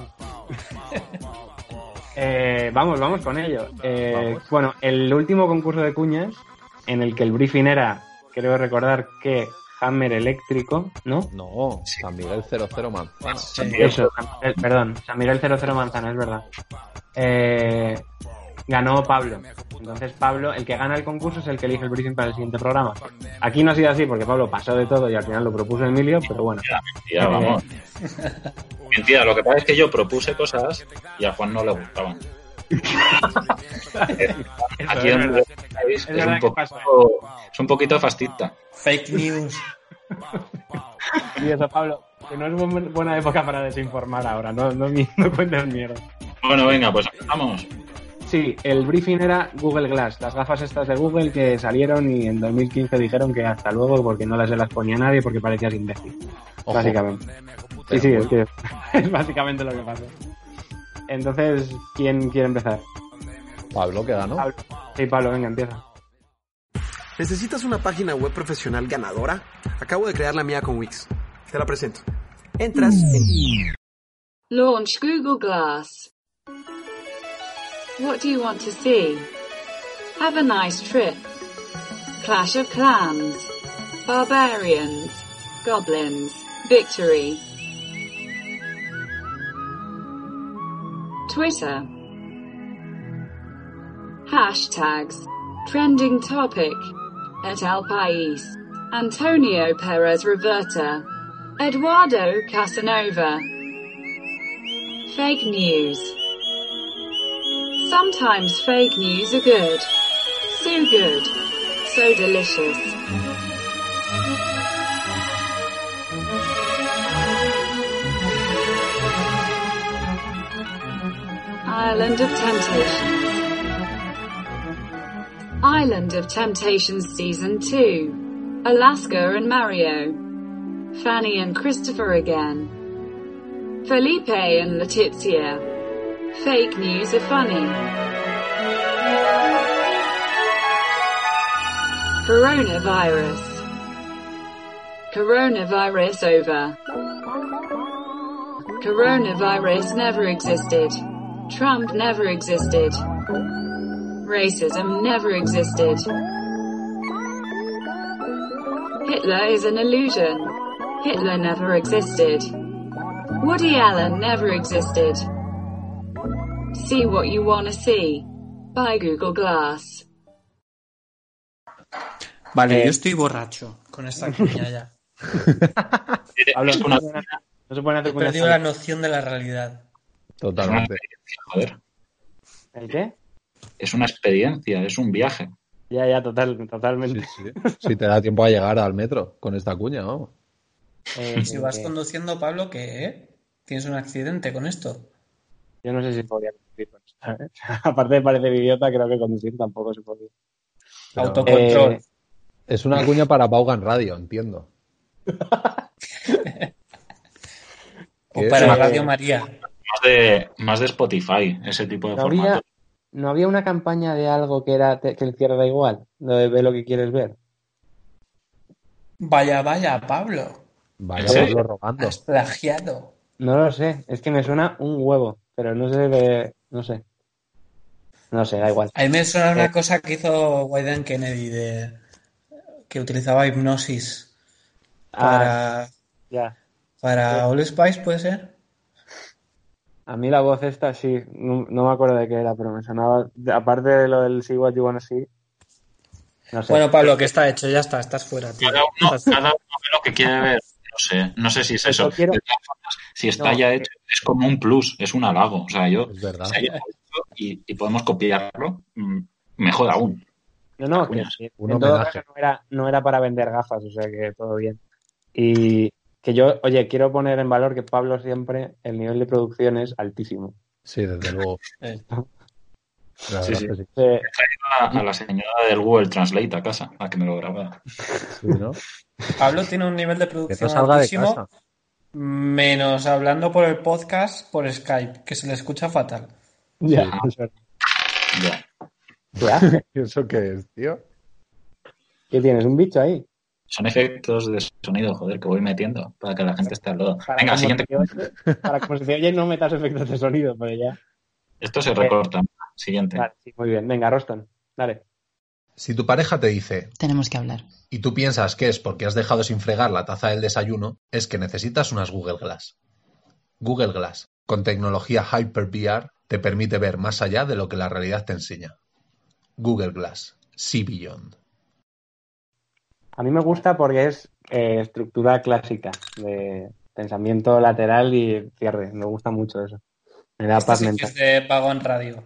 Vamos con ello. Bueno, el último concurso de cuñas, en el que el briefing era, creo recordar que Hammer eléctrico, ¿no? No, San Miguel 00 Manzana. Eso, San Miguel 00 Manzana, es verdad. Ganó Pablo. Entonces Pablo, el que gana el concurso es el que elige el briefing para el siguiente programa. Aquí no ha sido así porque Pablo pasó de todo y al final lo propuso Emilio, pero bueno. Mentira, vamos. Mentira, lo que pasa es que yo propuse cosas y a Juan no le gustaban. Aquí donde es un poquito fascista. Fake news. Y eso, Pablo, que no es buena época para desinformar ahora, no cuentes mierda. Bueno, venga, pues empezamos. Sí, el briefing era Google Glass, las gafas estas de Google que salieron y en 2015 dijeron que hasta luego porque no se las ponía nadie porque parecías imbécil. Ojo. Básicamente. Sí, es que es básicamente lo que pasó. Entonces, ¿quién quiere empezar? Pablo, que ganó. Sí, Pablo, venga, empieza. ¿Necesitas una página web profesional ganadora? Acabo de crear la mía con Wix. Te la presento. Entras en... Launch Google Glass. What do you want to see? Have a nice trip. Clash of Clans. Barbarians. Goblins. Victory. Twitter. Hashtags. Trending topic. At El País. Antonio Perez Reverte. Eduardo Casanova. Fake news. Sometimes fake news are good. So good. So delicious. Island of Temptations. Island of Temptations Season 2. Alaska and Mario. Fanny and Christopher again. Felipe and Letizia. Fake news are funny. Coronavirus. Coronavirus over. Coronavirus never existed. Trump never existed. Racism never existed. Hitler is an illusion. Hitler never existed. Woody Allen never existed. See what you wanna see. By Google Glass. Vale, yo estoy borracho con esta cuña ya. Pablo, no se pueden hacer He cuñas. perdido la noción de la realidad. Totalmente. Joder. ¿El qué? Es una experiencia, es un viaje. Ya, totalmente. Sí. Si te da tiempo a llegar al metro con esta cuña, vamos. Si vas conduciendo, Pablo, ¿qué? ¿Tienes un accidente con esto? Yo no sé si podría conducir con esto, ¿sabes? Aparte de parecer idiota, creo que conducir tampoco se podría. Pero, Autocontrol. es una cuña para Vaughan Radio, entiendo. O para Radio María. Más de Spotify, ese tipo de formato. ¿No había una campaña de algo que era que el cierre da igual? Lo de ve lo que quieres ver. Vaya, Pablo. Vaya, ¿Sí? Pablo rogando. Has plagiado. No lo sé, es que me suena un huevo, pero no sé de... No sé, da igual. A mí me suena una cosa que hizo Wyden Kennedy que utilizaba hipnosis para All Spice, ¿puede ser? A mí la voz esta sí, no me acuerdo de qué era, pero me sonaba, aparte de lo del See What You Wanna See, no sé. Bueno, Pablo, que está hecho, ya está, estás fuera, tío. Cada uno ve lo que quiere ver. No sé si es eso. Quiero... De todas formas, si está ya hecho, es como un plus, es un halago. O sea, Es verdad. si hay algo hecho y podemos copiarlo, mejor aún. No, que en todo caso no era para vender gafas, o sea que todo bien. Y que yo, oye, quiero poner en valor que Pablo siempre, el nivel de producción es altísimo. Sí, desde luego. La Sí. verdad que sí. He traído a la señora del Google Translate a casa, a que me lo grabara. Sí, ¿no? Pablo tiene un nivel de Que producción no salga de altísimo, casa. menos hablando por el podcast por Skype, que se le escucha fatal. Ya, Ya. ¿Qué hace? ¿Eso qué es, tío? ¿Qué tienes? ¿Un bicho ahí? Son efectos de sonido, joder, que voy metiendo para que la gente esté al lado. Para Venga, como siguiente. para como se te oye, no metas efectos de sonido, pero ya. Esto se recorta. Siguiente. Vale, sí, muy bien. Venga, Roston, dale. Si tu pareja te dice, Tenemos que hablar. y tú piensas que es porque has dejado sin fregar la taza del desayuno, es que necesitas unas Google Glass. Google Glass, con tecnología Hyper VR, te permite ver más allá de lo que la realidad te enseña. Google Glass, See Beyond. A mí me gusta porque es estructura clásica de pensamiento lateral y cierre. Me gusta mucho eso. Me da paz Sí que mental. es de Vaughan Radio.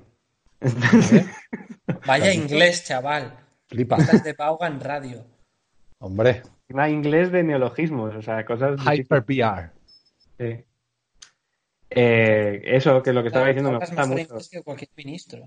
Vaya inglés, chaval. Flipa. Esta es de Vaughan Radio. Hombre. Encima inglés de neologismos, o sea, cosas... Hyper VR. Sí. Eso, que es lo que estaba diciendo, me Hablas gusta mejor mucho. inglés que cualquier ministro.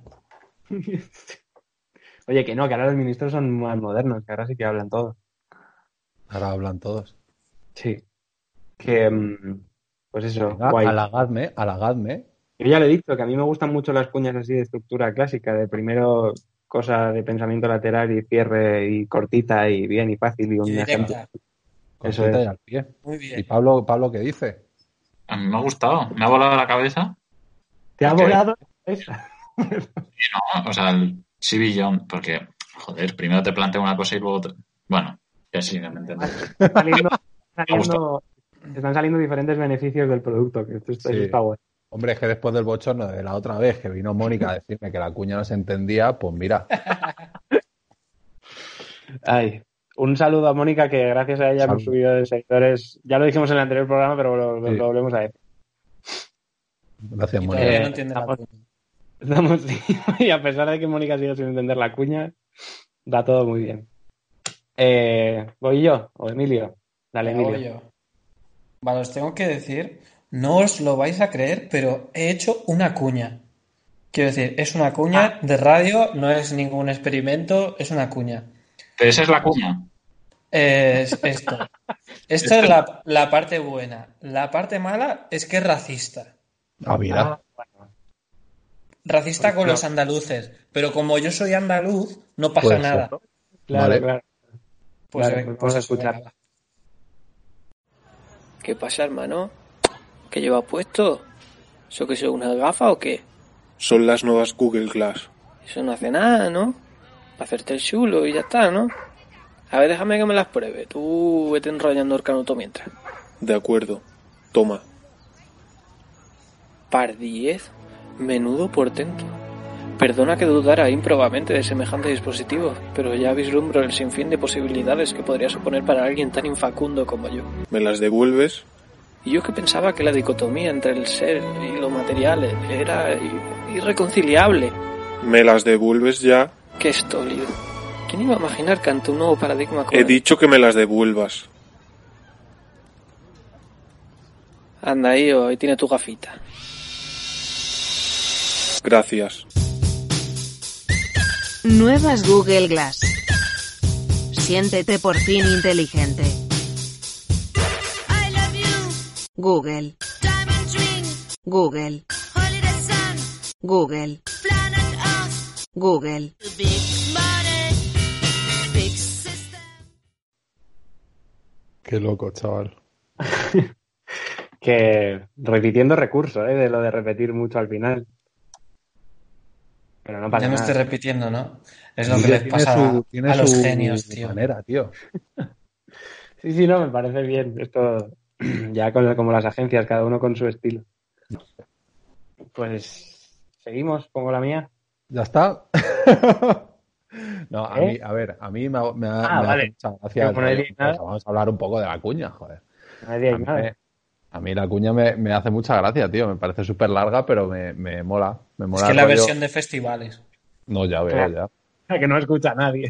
Oye, que no, que ahora los ministros son más modernos, que ahora sí que hablan todo. Ahora hablan todos. Sí. Que, pues eso, Venga, guay. halagadme. Yo ya le he dicho que a mí me gustan mucho las cuñas así de estructura clásica, de primero cosa de pensamiento lateral y cierre y cortita y bien y fácil y un Y ejemplo. directa. Eso Cortita es. y al pie. Muy bien. ¿Y Pablo qué dice? A mí me ha gustado, me ha volado la cabeza. ¿Te ha Ok. volado? No, o sea, el Civillon, porque, joder, primero te planteo una cosa y luego te... Bueno, ya sí, me entendés. Están saliendo diferentes beneficios del producto, que eso Sí. está bueno. Hombre, es que después del bochorno de la otra vez que vino Mónica a decirme que la cuña no se entendía, pues mira. Ay, un saludo a Mónica, que gracias a ella hemos Saludo. subido de seguidores. Ya lo dijimos en el anterior programa, pero Sí. lo volvemos a decir. Gracias, Y Mónica. todavía no entiende la estamos- cuña. y a pesar de que Mónica sigue sin entender la cuña, va todo muy bien. ¿Voy yo o Emilio? Dale, Hago Emilio. yo. Vale, os tengo que decir, no os lo vais a creer, pero he hecho una cuña. Quiero decir, es una cuña de radio, no es ningún experimento, es una cuña. Pero esa es la cuña. Es esto. Esto es la parte buena. La parte mala es que es racista. Ah, mira. Racista con Pero- los andaluces. Pero como yo soy andaluz, no pasa Puede nada. ser. Claro, Vale. claro. Pues, Vale, pues vamos a eso, escuchar. venga, va. ¿Qué pasa, hermano? ¿Qué llevas puesto? ¿Eso que son unas gafas o qué? Son las nuevas Google Glass. Eso no hace nada, ¿no? Para hacerte el chulo y ya está, ¿no? A ver, déjame que me las pruebe. Tú vete enrollando el canuto mientras. De acuerdo. Toma. Par 10. Menudo portento. Perdona que dudara improbamente de semejante dispositivo, pero ya vislumbro el sinfín de posibilidades que podría suponer para alguien tan infacundo como yo. ¿Me las devuelves? Y yo que pensaba que la dicotomía entre el ser y lo material era irreconciliable. ¿Me las devuelves ya? ¡Qué estólido! ¿Quién iba a imaginar que ante un nuevo paradigma como He dicho que me las devuelvas. Anda, ahí tiene tu gafita. Gracias. Nuevas Google Glass. Siéntete por fin inteligente. Google. Google. Google. Google. Qué loco, chaval. Que repitiendo recursos, de lo de repetir mucho al final. Pero no pasa Ya me nada. estoy repitiendo, ¿no? Es lo que Emilio les pasa tiene a los su genios, tío. manera, tío. Sí, no, me parece bien. Esto ya como las agencias, cada uno con su estilo. Pues seguimos, pongo la mía. ¿Ya está? No, a ¿Eh? mí, a ver, a mí me vale. hace mucha gracia. Pero no el hay rollo. nada. Vamos a hablar un poco de la cuña, joder. Nadie A hay mí, nada. a mí la cuña me hace mucha gracia, tío. Me parece súper larga, pero me mola. Me mola Es que el la rollo. versión de festivales. No, ya veo, Claro. ya. Que no escucha a nadie.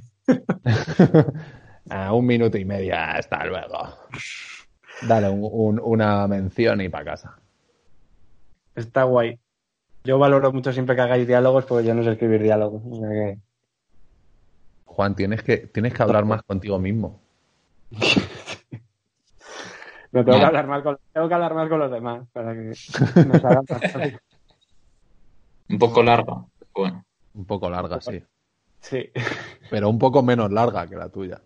Un minuto y medio, hasta luego. Dale una mención y para casa. Está guay. Yo valoro mucho siempre que hagáis diálogos, porque yo no sé escribir diálogos. O sea que... Juan, tienes que hablar más contigo mismo. No, tengo Ya. que hablar más con los demás para que nos hagan más fácil. Un poco larga. Bueno, Un poco larga, sí. Sí. Pero un poco menos larga que la tuya.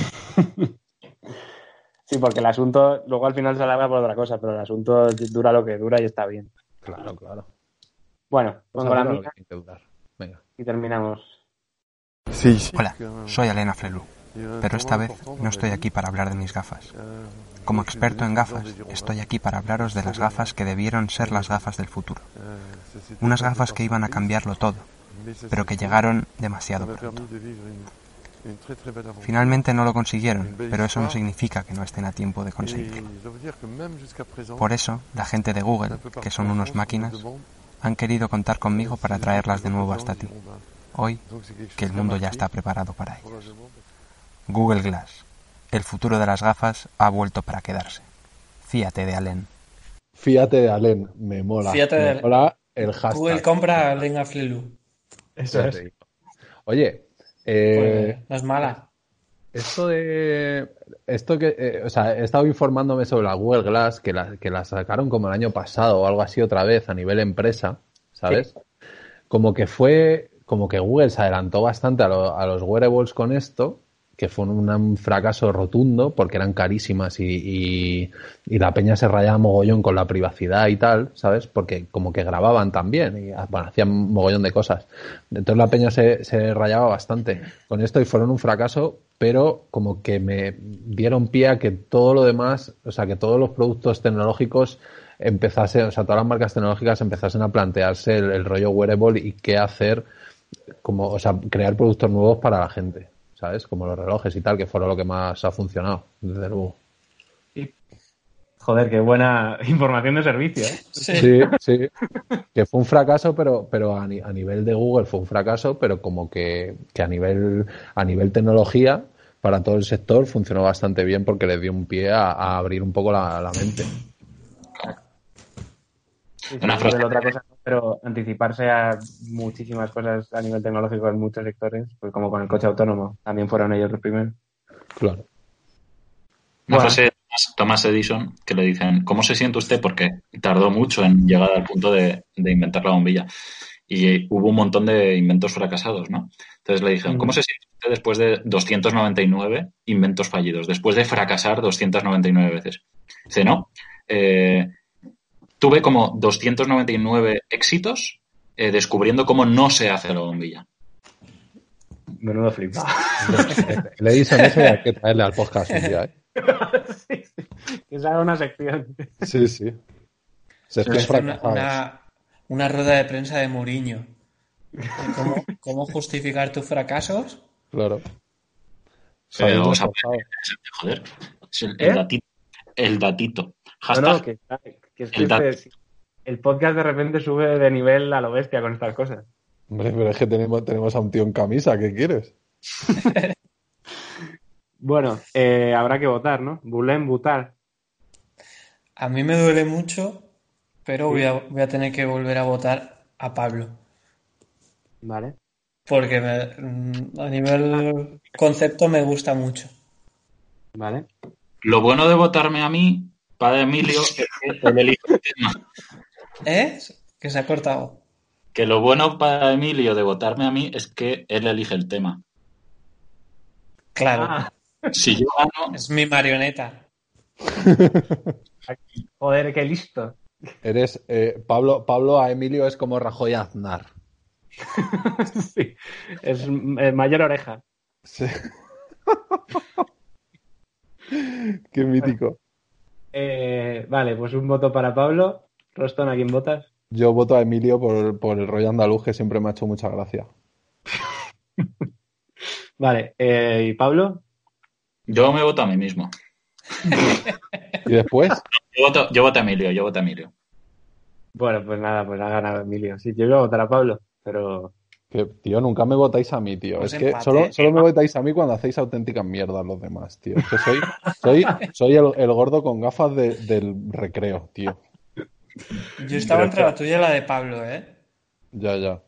Sí, porque el asunto luego al final se alarga por otra cosa, pero el asunto dura lo que dura y está bien. Claro, claro. Bueno, pongo la Pues mía hay que dudar. Venga. y terminamos. Hola, soy Elena Flelu, pero esta vez no estoy aquí para hablar de mis gafas. Como experto en gafas, estoy aquí para hablaros de las gafas que debieron ser las gafas del futuro. Unas gafas que iban a cambiarlo todo, pero que llegaron demasiado pronto. Finalmente no lo consiguieron, pero eso no significa que no estén a tiempo de conseguirlo. Por eso, la gente de Google, que son unos máquinas, han querido contar conmigo para traerlas de nuevo hasta ti. Hoy, que el mundo ya está preparado para ellas. Google Glass. El futuro de las gafas ha vuelto para quedarse. Fíate de Allen. Fíate de Allen, me mola. Fíate de me Allen. mola el hashtag. Google compra a Elena Flelu. Eso Ya es. te digo. Oye, Pues no es mala. esto que, o sea, he estado informándome sobre la Google Glass, que la sacaron como el año pasado o algo así otra vez a nivel empresa, ¿sabes? Como que fue como que Google se adelantó bastante a los wearables con esto, que fue un fracaso rotundo porque eran carísimas y la peña se rayaba mogollón con la privacidad y tal, ¿sabes? Porque como que grababan también y bueno, hacían mogollón de cosas. Entonces la peña se rayaba bastante con esto y fueron un fracaso, pero como que me dieron pie a que todo lo demás, o sea, que todos los productos tecnológicos empezasen, o sea, todas las marcas tecnológicas empezasen a plantearse el rollo wearable y qué hacer, como, o sea, crear productos nuevos para la gente, ¿sabes? Como los relojes y tal, que fueron lo que más ha funcionado, desde luego. Joder, qué buena información de servicio, ¿eh? Sí. Que fue un fracaso, pero a nivel de Google fue un fracaso, pero como que a nivel tecnología, para todo el sector, funcionó bastante bien porque les dio un pie a abrir un poco la mente. Una frase de otra cosa, pero anticiparse a muchísimas cosas a nivel tecnológico en muchos sectores, pues como con el coche autónomo, también fueron ellos los primeros. Claro. Una frase de Thomas Edison que le dicen, ¿cómo se siente usted? Porque tardó mucho en llegar al punto de inventar la bombilla. Y hubo un montón de inventos fracasados, ¿no? Entonces le dijeron, ¿cómo se siente usted después de 299 inventos fallidos? Después de fracasar 299 veces. Dice, no, tuve como 299 éxitos descubriendo cómo no se hace la bombilla. Menudo flipa. Le dicen eso y hay que traerle al podcast un día, ¿eh? Sí. Que se haga una sección. Sí. Una rueda de prensa de Mourinho. ¿Cómo justificar tus fracasos? Claro. Vamos a ver, joder. Es el datito. Hashtag, que es que el podcast de repente sube de nivel a lo bestia con estas cosas. Hombre, pero es que tenemos a un tío en camisa, ¿qué quieres? Bueno, habrá que votar, ¿no? Votar. A mí me duele mucho, pero voy a tener que volver a votar a Pablo. Vale. Porque a nivel concepto me gusta mucho. Vale. Lo bueno de votarme a mí, padre Emilio, es que él elige el tema. ¿Eh? Que se ha cortado. Que lo bueno para Emilio de votarme a mí es que él elige el tema. Claro. Si yo gano... Es mi marioneta. Joder, qué listo. Eres Pablo a Emilio es como Rajoy a Aznar. Sí. Es mayor oreja. Sí. Qué mítico. Vale, pues un voto para Pablo. Roston, ¿a quién votas? Yo voto a Emilio por el rollo andaluz, que siempre me ha hecho mucha gracia. Vale, ¿y Pablo? Yo me voto a mí mismo. ¿Y después? Yo voto a Emilio. Bueno, pues nada, pues ha ganado Emilio. Sí, yo iba a votar a Pablo, pero... Que, tío, nunca me votáis a mí, tío. Pues es que empate. solo me votáis a mí cuando hacéis auténticas mierdas los demás, tío. Es que soy el gordo con gafas del recreo, tío. Yo estaba entre la tuya y la de Pablo, ¿eh? Ya.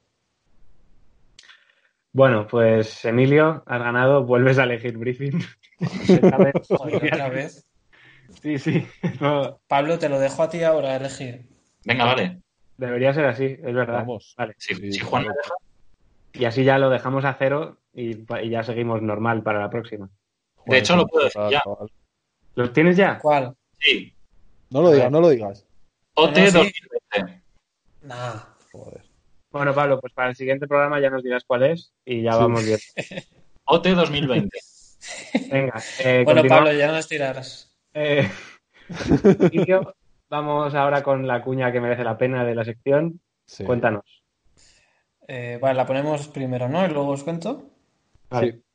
Bueno, pues Emilio, has ganado, vuelves a elegir briefing. Joder, otra vez. Sí. No, Pablo, te lo dejo a ti ahora a elegir. Venga, vale. debería ser así, es verdad. Vamos. Vale. Si Juan me deja... Y así ya lo dejamos a 0 y ya seguimos normal para la próxima. De hecho, lo puedo decir ya. ¿Los tienes ya? ¿Cuál? Sí. No lo digas. OT No, sí. 2020. Nah. Joder. Bueno, Pablo, pues para el siguiente programa ya nos dirás cuál es y ya vamos bien. OT 2020. Venga. Bueno, continuamos. Pablo, ya nos tirarás. Inicio. Vamos ahora con la cuña que merece la pena de la sección. Sí. Cuéntanos. Vale, la ponemos primero, ¿no? Y luego os cuento. Vale. Sí.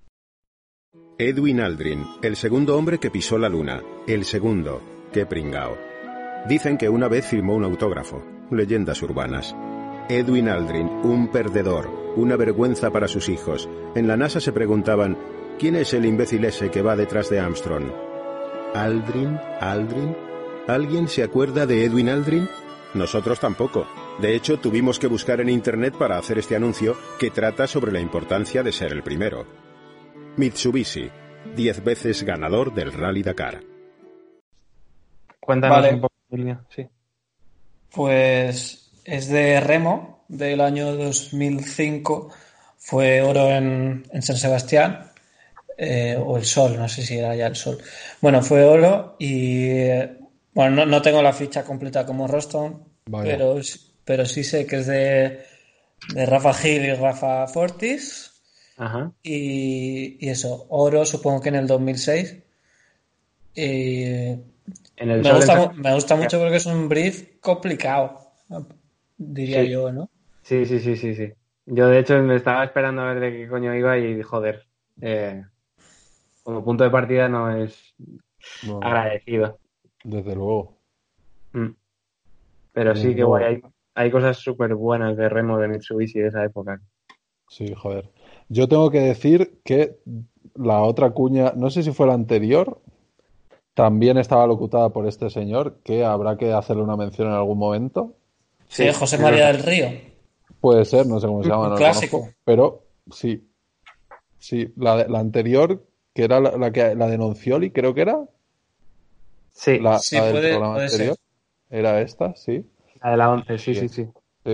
Edwin Aldrin, el segundo hombre que pisó la luna. El segundo. Qué pringao. Dicen que una vez firmó un autógrafo. Leyendas urbanas. Edwin Aldrin, un perdedor, una vergüenza para sus hijos. En la NASA se preguntaban, ¿quién es el imbécil ese que va detrás de Armstrong? ¿Aldrin? ¿Alguien se acuerda de Edwin Aldrin? Nosotros tampoco. De hecho, tuvimos que buscar en Internet para hacer este anuncio que trata sobre la importancia de ser el primero. Mitsubishi, 10 veces ganador del Rally Dakar. Cuéntanos Vale. un poco, Emilio. Sí. Pues es de remo del año 2005. Fue oro en San Sebastián. O el Sol, no sé si era ya el Sol. Bueno, fue oro y bueno, no tengo la ficha completa como Roston, pero sí sé que es de Rafa Gil y Rafa Fortis. Ajá. Y eso, oro supongo que en el 2006. Me gusta mucho porque es un brief complicado, diría yo, ¿no? Sí. Yo de hecho me estaba esperando a ver de qué coño iba y joder. Como punto de partida no es agradecido. Desde luego. Pero sí que guay, hay cosas súper buenas de remo de Mitsubishi de esa época. Sí, joder. Yo tengo que decir que la otra cuña, no sé si fue la anterior, también estaba locutada por este señor, que habrá que hacerle una mención en algún momento. Sí, José María del Río. Puede ser, no sé cómo se llama. Un clásico. Conozco, pero sí. Sí, la anterior, que era la de Noncioli, creo que era. Sí, la del puede programa anterior. ser. Era esta, sí. La de la 11, sí.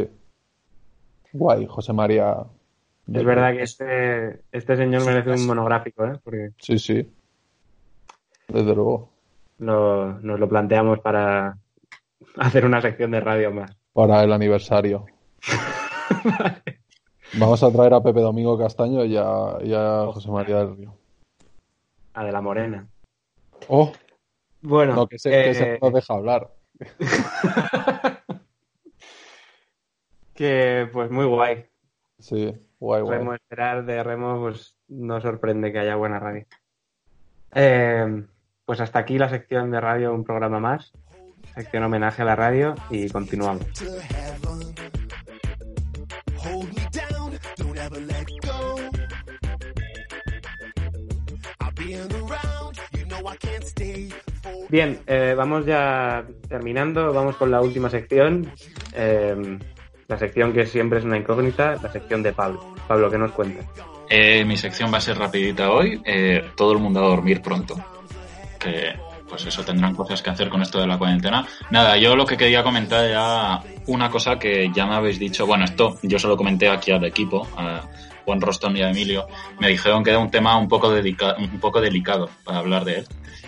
Guay, José María. Es verdad que este señor merece un monográfico, ¿eh? Porque Sí. Desde luego. Nos lo planteamos para hacer una sección de radio más. Para el aniversario. Vale. Vamos a traer a Pepe Domingo Castaño y a José María del Río. A de la Morena. Oh. Bueno. No, que se nos deja hablar. Que pues muy guay. Sí, guay. Podemos esperar de remo, pues no sorprende que haya buena radio. Pues hasta aquí la sección de radio, un programa más. Sección homenaje a la radio y continuamos. Bien, vamos ya terminando, vamos con la última sección, la sección que siempre es una incógnita, la sección de Pablo. Pablo, ¿qué nos cuentas? Mi sección va a ser rapidita hoy, todo el mundo a dormir pronto, que pues eso, tendrán cosas que hacer con esto de la cuarentena. Nada, yo lo que quería comentar era una cosa que ya me habéis dicho, bueno, esto yo se lo comenté aquí al equipo, a Juan Roston y a Emilio, me dijeron que era un tema un poco delicado para hablar de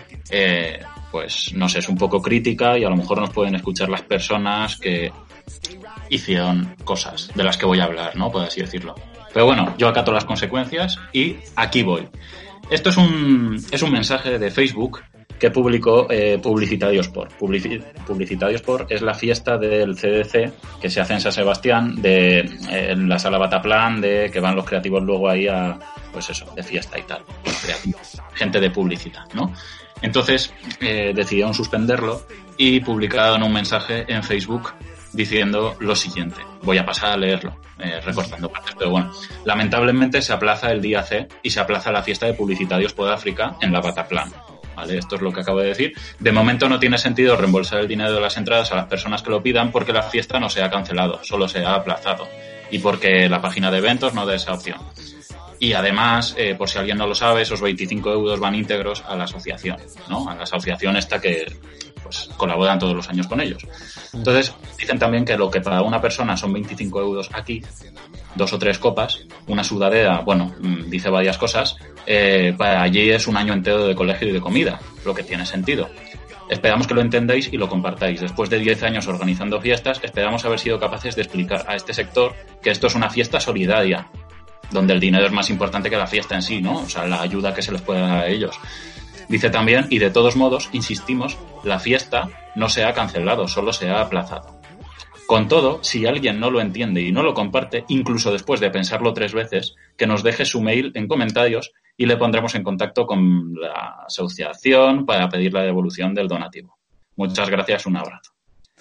él. Pues no sé, es un poco crítica y a lo mejor nos pueden escuchar las personas que hicieron cosas de las que voy a hablar, ¿no? Por así decirlo. Pero bueno, yo acato las consecuencias y aquí voy. Esto es un mensaje de Facebook que publicó Publicitario Sport. Publicitario Sport es la fiesta del CDC que se hace en San Sebastián, en la sala Bataplan, que van los creativos luego ahí a, pues eso, de fiesta y tal. Gente de publicidad, ¿no? Entonces decidieron suspenderlo y publicaron un mensaje en Facebook diciendo lo siguiente. Voy a pasar a leerlo, recortando partes, pero bueno. Lamentablemente se aplaza el día C y se aplaza la fiesta de Publicitarios por África en la Bataplan. ¿Vale? Esto es lo que acabo de decir. De momento no tiene sentido reembolsar el dinero de las entradas a las personas que lo pidan porque la fiesta no se ha cancelado, solo se ha aplazado. Y porque la página de eventos no da esa opción. Y además, por si alguien no lo sabe, esos 25 euros van íntegros a la asociación, ¿no? A la asociación esta que pues colaboran todos los años con ellos. Entonces, dicen también que lo que para una persona son 25 euros aquí, 2 o 3 copas, una sudadera, bueno, dice varias cosas, para allí es un año entero de colegio y de comida, lo que tiene sentido. Esperamos que lo entendáis y lo compartáis. Después de 10 años organizando fiestas, esperamos haber sido capaces de explicar a este sector que esto es una fiesta solidaria, donde el dinero es más importante que la fiesta en sí, ¿no? O sea, la ayuda que se les puede dar a ellos. Dice también, y de todos modos, insistimos, la fiesta no se ha cancelado, solo se ha aplazado. Con todo, si alguien no lo entiende y no lo comparte, incluso después de pensarlo 3 veces, que nos deje su mail en comentarios y le pondremos en contacto con la asociación para pedir la devolución del donativo. Muchas gracias, un abrazo.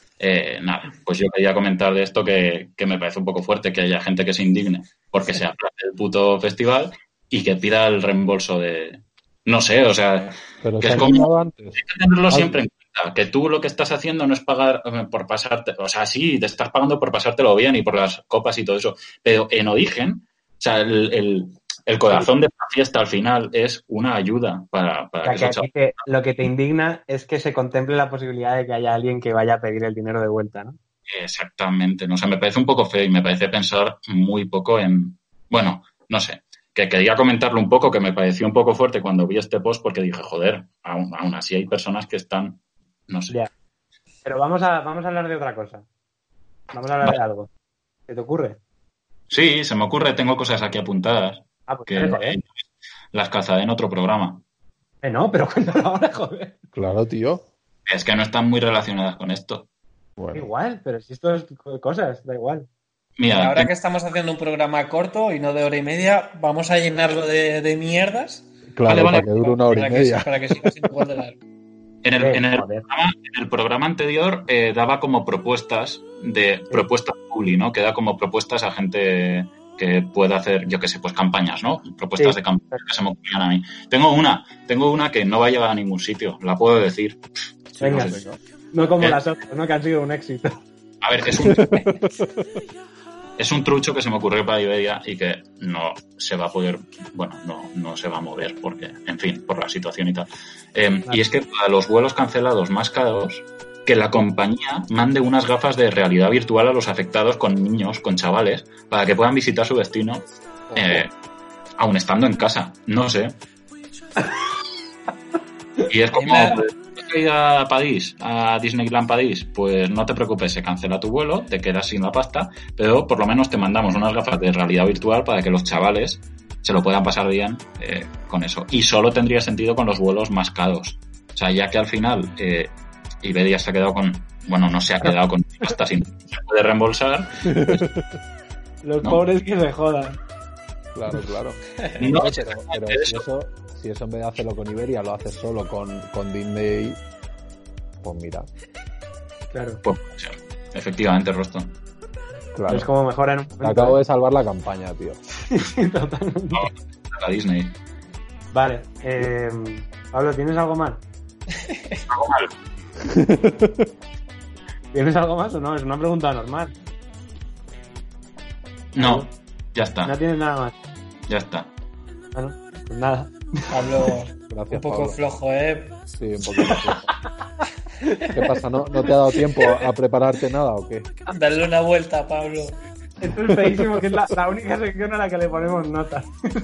Nada, pues yo quería comentar de esto que me parece un poco fuerte que haya gente que se indigne porque se aplace el puto festival y que pida el reembolso de... No sé, o sea, pero que es como... Hay que tenerlo siempre en cuenta, que tú lo que estás haciendo no es pagar por pasarte... O sea, sí, te estás pagando por pasártelo bien y por las copas y todo eso, pero en origen, o sea, el corazón de la fiesta al final es una ayuda para que lo que te indigna es que se contemple la posibilidad de que haya alguien que vaya a pedir el dinero de vuelta, ¿no? Exactamente, no sé, me parece un poco feo y me parece pensar muy poco en... Bueno, no sé, que quería comentarlo un poco, que me pareció un poco fuerte cuando vi este post porque dije, joder, aún así hay personas que están, no sé. Ya. Pero vamos a hablar de otra cosa. Vamos a hablar de algo. ¿Qué te ocurre? Sí, se me ocurre, tengo cosas aquí apuntadas Pues que las calzaré en otro programa. No, pero cuéntalo ahora, joder. Claro, tío. Es que no están muy relacionadas con esto. Bueno. Igual, pero si esto es cosas, da igual. Mira, ahora que estamos haciendo un programa corto y no de hora y media, vamos a llenarlo de mierdas. Claro, para que dure una hora y media. Para que siga siendo igual de largo. En el programa anterior daba como propuestas publi, ¿no? Que da como propuestas a gente que pueda hacer, yo qué sé, pues campañas, ¿no? Propuestas de campañas que se me ocurrían a mí. Tengo una que no va a llevar a ningún sitio, la puedo decir. Venga. No como las otras, ¿no? Que han sido un éxito. A ver, es un trucho que se me ocurrió para Iberia y que no se va a poder, bueno, no se va a mover porque, en fin, por la situación y tal. Y es que para los vuelos cancelados más caros, que la compañía mande unas gafas de realidad virtual a los afectados con niños, con chavales, para que puedan visitar su destino aún estando en casa. No sé. Y es como... ir a París, a Disneyland París, pues no te preocupes, se cancela tu vuelo, te quedas sin la pasta, pero por lo menos te mandamos unas gafas de realidad virtual para que los chavales se lo puedan pasar bien con eso. Y solo tendría sentido con los vuelos más caros. O sea, ya que al final Iberia se ha quedado con... Bueno, no se ha quedado con pasta, sin se puede reembolsar. Pues, los pobres que se jodan. Claro. No, pero si eso en vez de hacerlo con Iberia lo haces solo con Disney, pues mira. Claro. Pues, efectivamente, Roston. Claro. Es como mejora en un momento. Acabo de salvar la campaña, tío. Totalmente. No, a Disney. Vale. Pablo, ¿tienes algo más? ¿Algo mal? ¿Tienes algo más o no? Es una pregunta normal. No, ya está. No tienes nada más. Ya está. Bueno, pues nada. Pablo, gracias, un poco Pablo. flojo, ¿eh? Sí, un poquito flojo. ¿Qué pasa? ¿No te ha dado tiempo a prepararte nada o qué? Dale una vuelta, Pablo. Esto es feísimo, que es la única sección a la que le ponemos nota.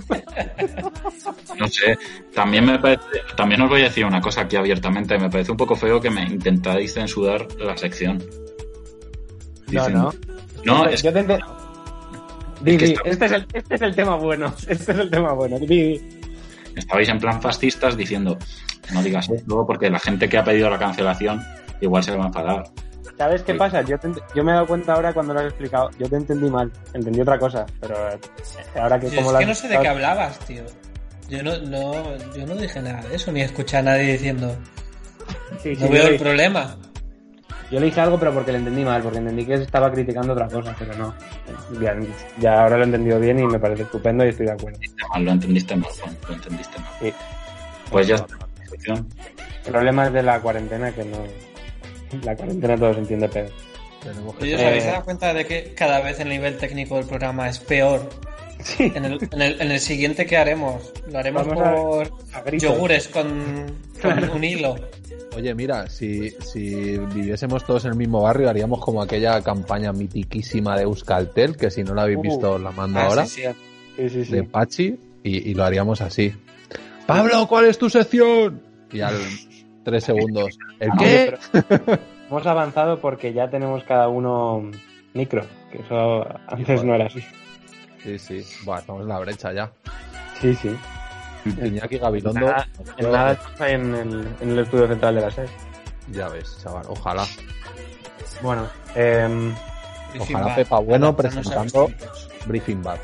No sé, también os voy a decir una cosa aquí abiertamente, me parece un poco feo que me intentáis censurar la sección. Diciendo, no, es yo te entiendo. Este es el tema bueno. Este es el tema bueno. Estabais en plan fascistas diciendo, no digas esto porque la gente que ha pedido la cancelación igual se va a enfadar. ¿Sabes qué pasa? Yo me he dado cuenta ahora cuando lo has explicado. Yo te entendí mal, entendí otra cosa, pero ahora que como es que no sé de qué hablabas, tío. Yo no dije nada de eso, ni escuché a nadie diciendo. Sí, no veo el problema. Yo le dije algo, pero porque le entendí mal, porque entendí que estaba criticando otra cosa, pero no. Ya ahora lo he entendido bien y me parece estupendo y estoy de acuerdo. Lo entendiste mal, Juan, lo entendiste mal. Sí. Pues ya está. El problema es de la cuarentena, que no... La cuarentena todo se entiende peor. ¿Y os habéis dado cuenta de que cada vez el nivel técnico del programa es peor? Sí. En el siguiente que haremos, lo haremos por yogures con un hilo. Oye, mira, si viviésemos todos en el mismo barrio, haríamos como aquella campaña mitiquísima de Euskaltel, que si no la habéis visto os la mando ahora, Sí. de Pachi, y lo haríamos así. Pablo, ¿cuál es tu sección? Y al 3 segundos. ¿El qué? Hemos avanzado porque ya tenemos cada uno micro, que eso antes no era así. Sí. Buah, estamos en la brecha ya. Sí. Iñaki Gabilondo. En nada está en el estudio central de la SER. Ya ves, chaval, ojalá. Bueno, ojalá Pepa Bueno presentando Briefing Bad.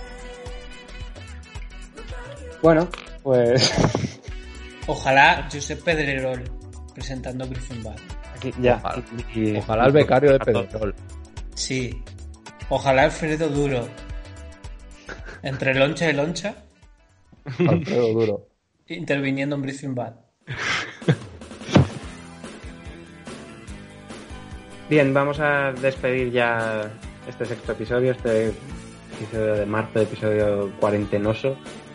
Bueno, pues... Ojalá Josep Pedrerol presentando Briefing Bad. Ya. Ojalá el becario de Pedrerol. Sí. Ojalá Alfredo Duro. Entre loncha y loncha. Alfredo Duro. Interviniendo en Briefing Bad. Bien, vamos a despedir ya este sexto episodio, este episodio de marzo, episodio cuarentenoso.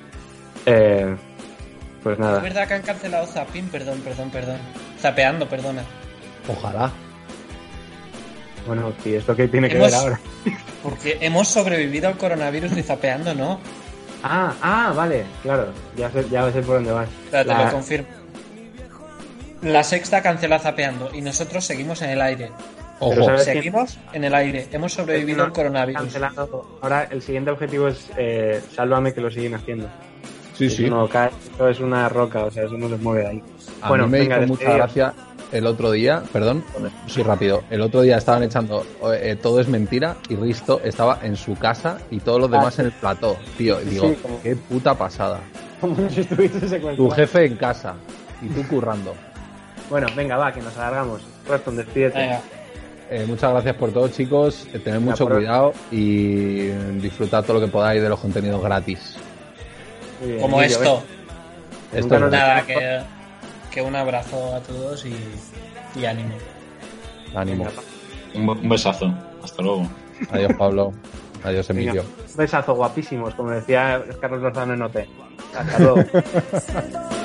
Pues nada. Es verdad que han cancelado Zapping, perdón. Zapeando, perdona. Ojalá. Bueno, ¿y esto qué tiene que Hemos- ver ahora? Porque hemos sobrevivido al coronavirus ni zapeando, ¿no? Vale, claro. Ya sé por dónde vas. Espérate, lo confirmo. La Sexta cancela zapeando y nosotros seguimos en el aire. Pero ¿sabes Seguimos en el aire. Hemos sobrevivido al coronavirus. Cancelado. Ahora el siguiente objetivo es Sálvame, que lo siguen haciendo. Sí, Eso sí. no cae, eso es una roca, o sea, eso no se mueve de ahí. A mí me hizo mucha gracia el otro día, perdón, sí, rápido. El otro día estaban echando Todo es mentira y Risto estaba en su casa y todos los demás en el plató. Tío, y digo, Sí, como- qué puta pasada. Como si estuviese secuestrado. Tu jefe en casa y tú currando. Bueno, venga, va, que nos alargamos. Preston, despídete. Venga. Muchas gracias por todo, chicos. Tened mucho por- cuidado y disfrutad todo lo que podáis de los contenidos gratis. Muy bien, Como Emilio, esto. ven. Esto es Nada, que un abrazo a todos y ánimo. ánimo. Un besazo. Hasta luego. Adiós, Pablo. Adiós, Venga, Emilio. un besazo, guapísimos, como decía Carlos Lozano en OT. Hasta luego.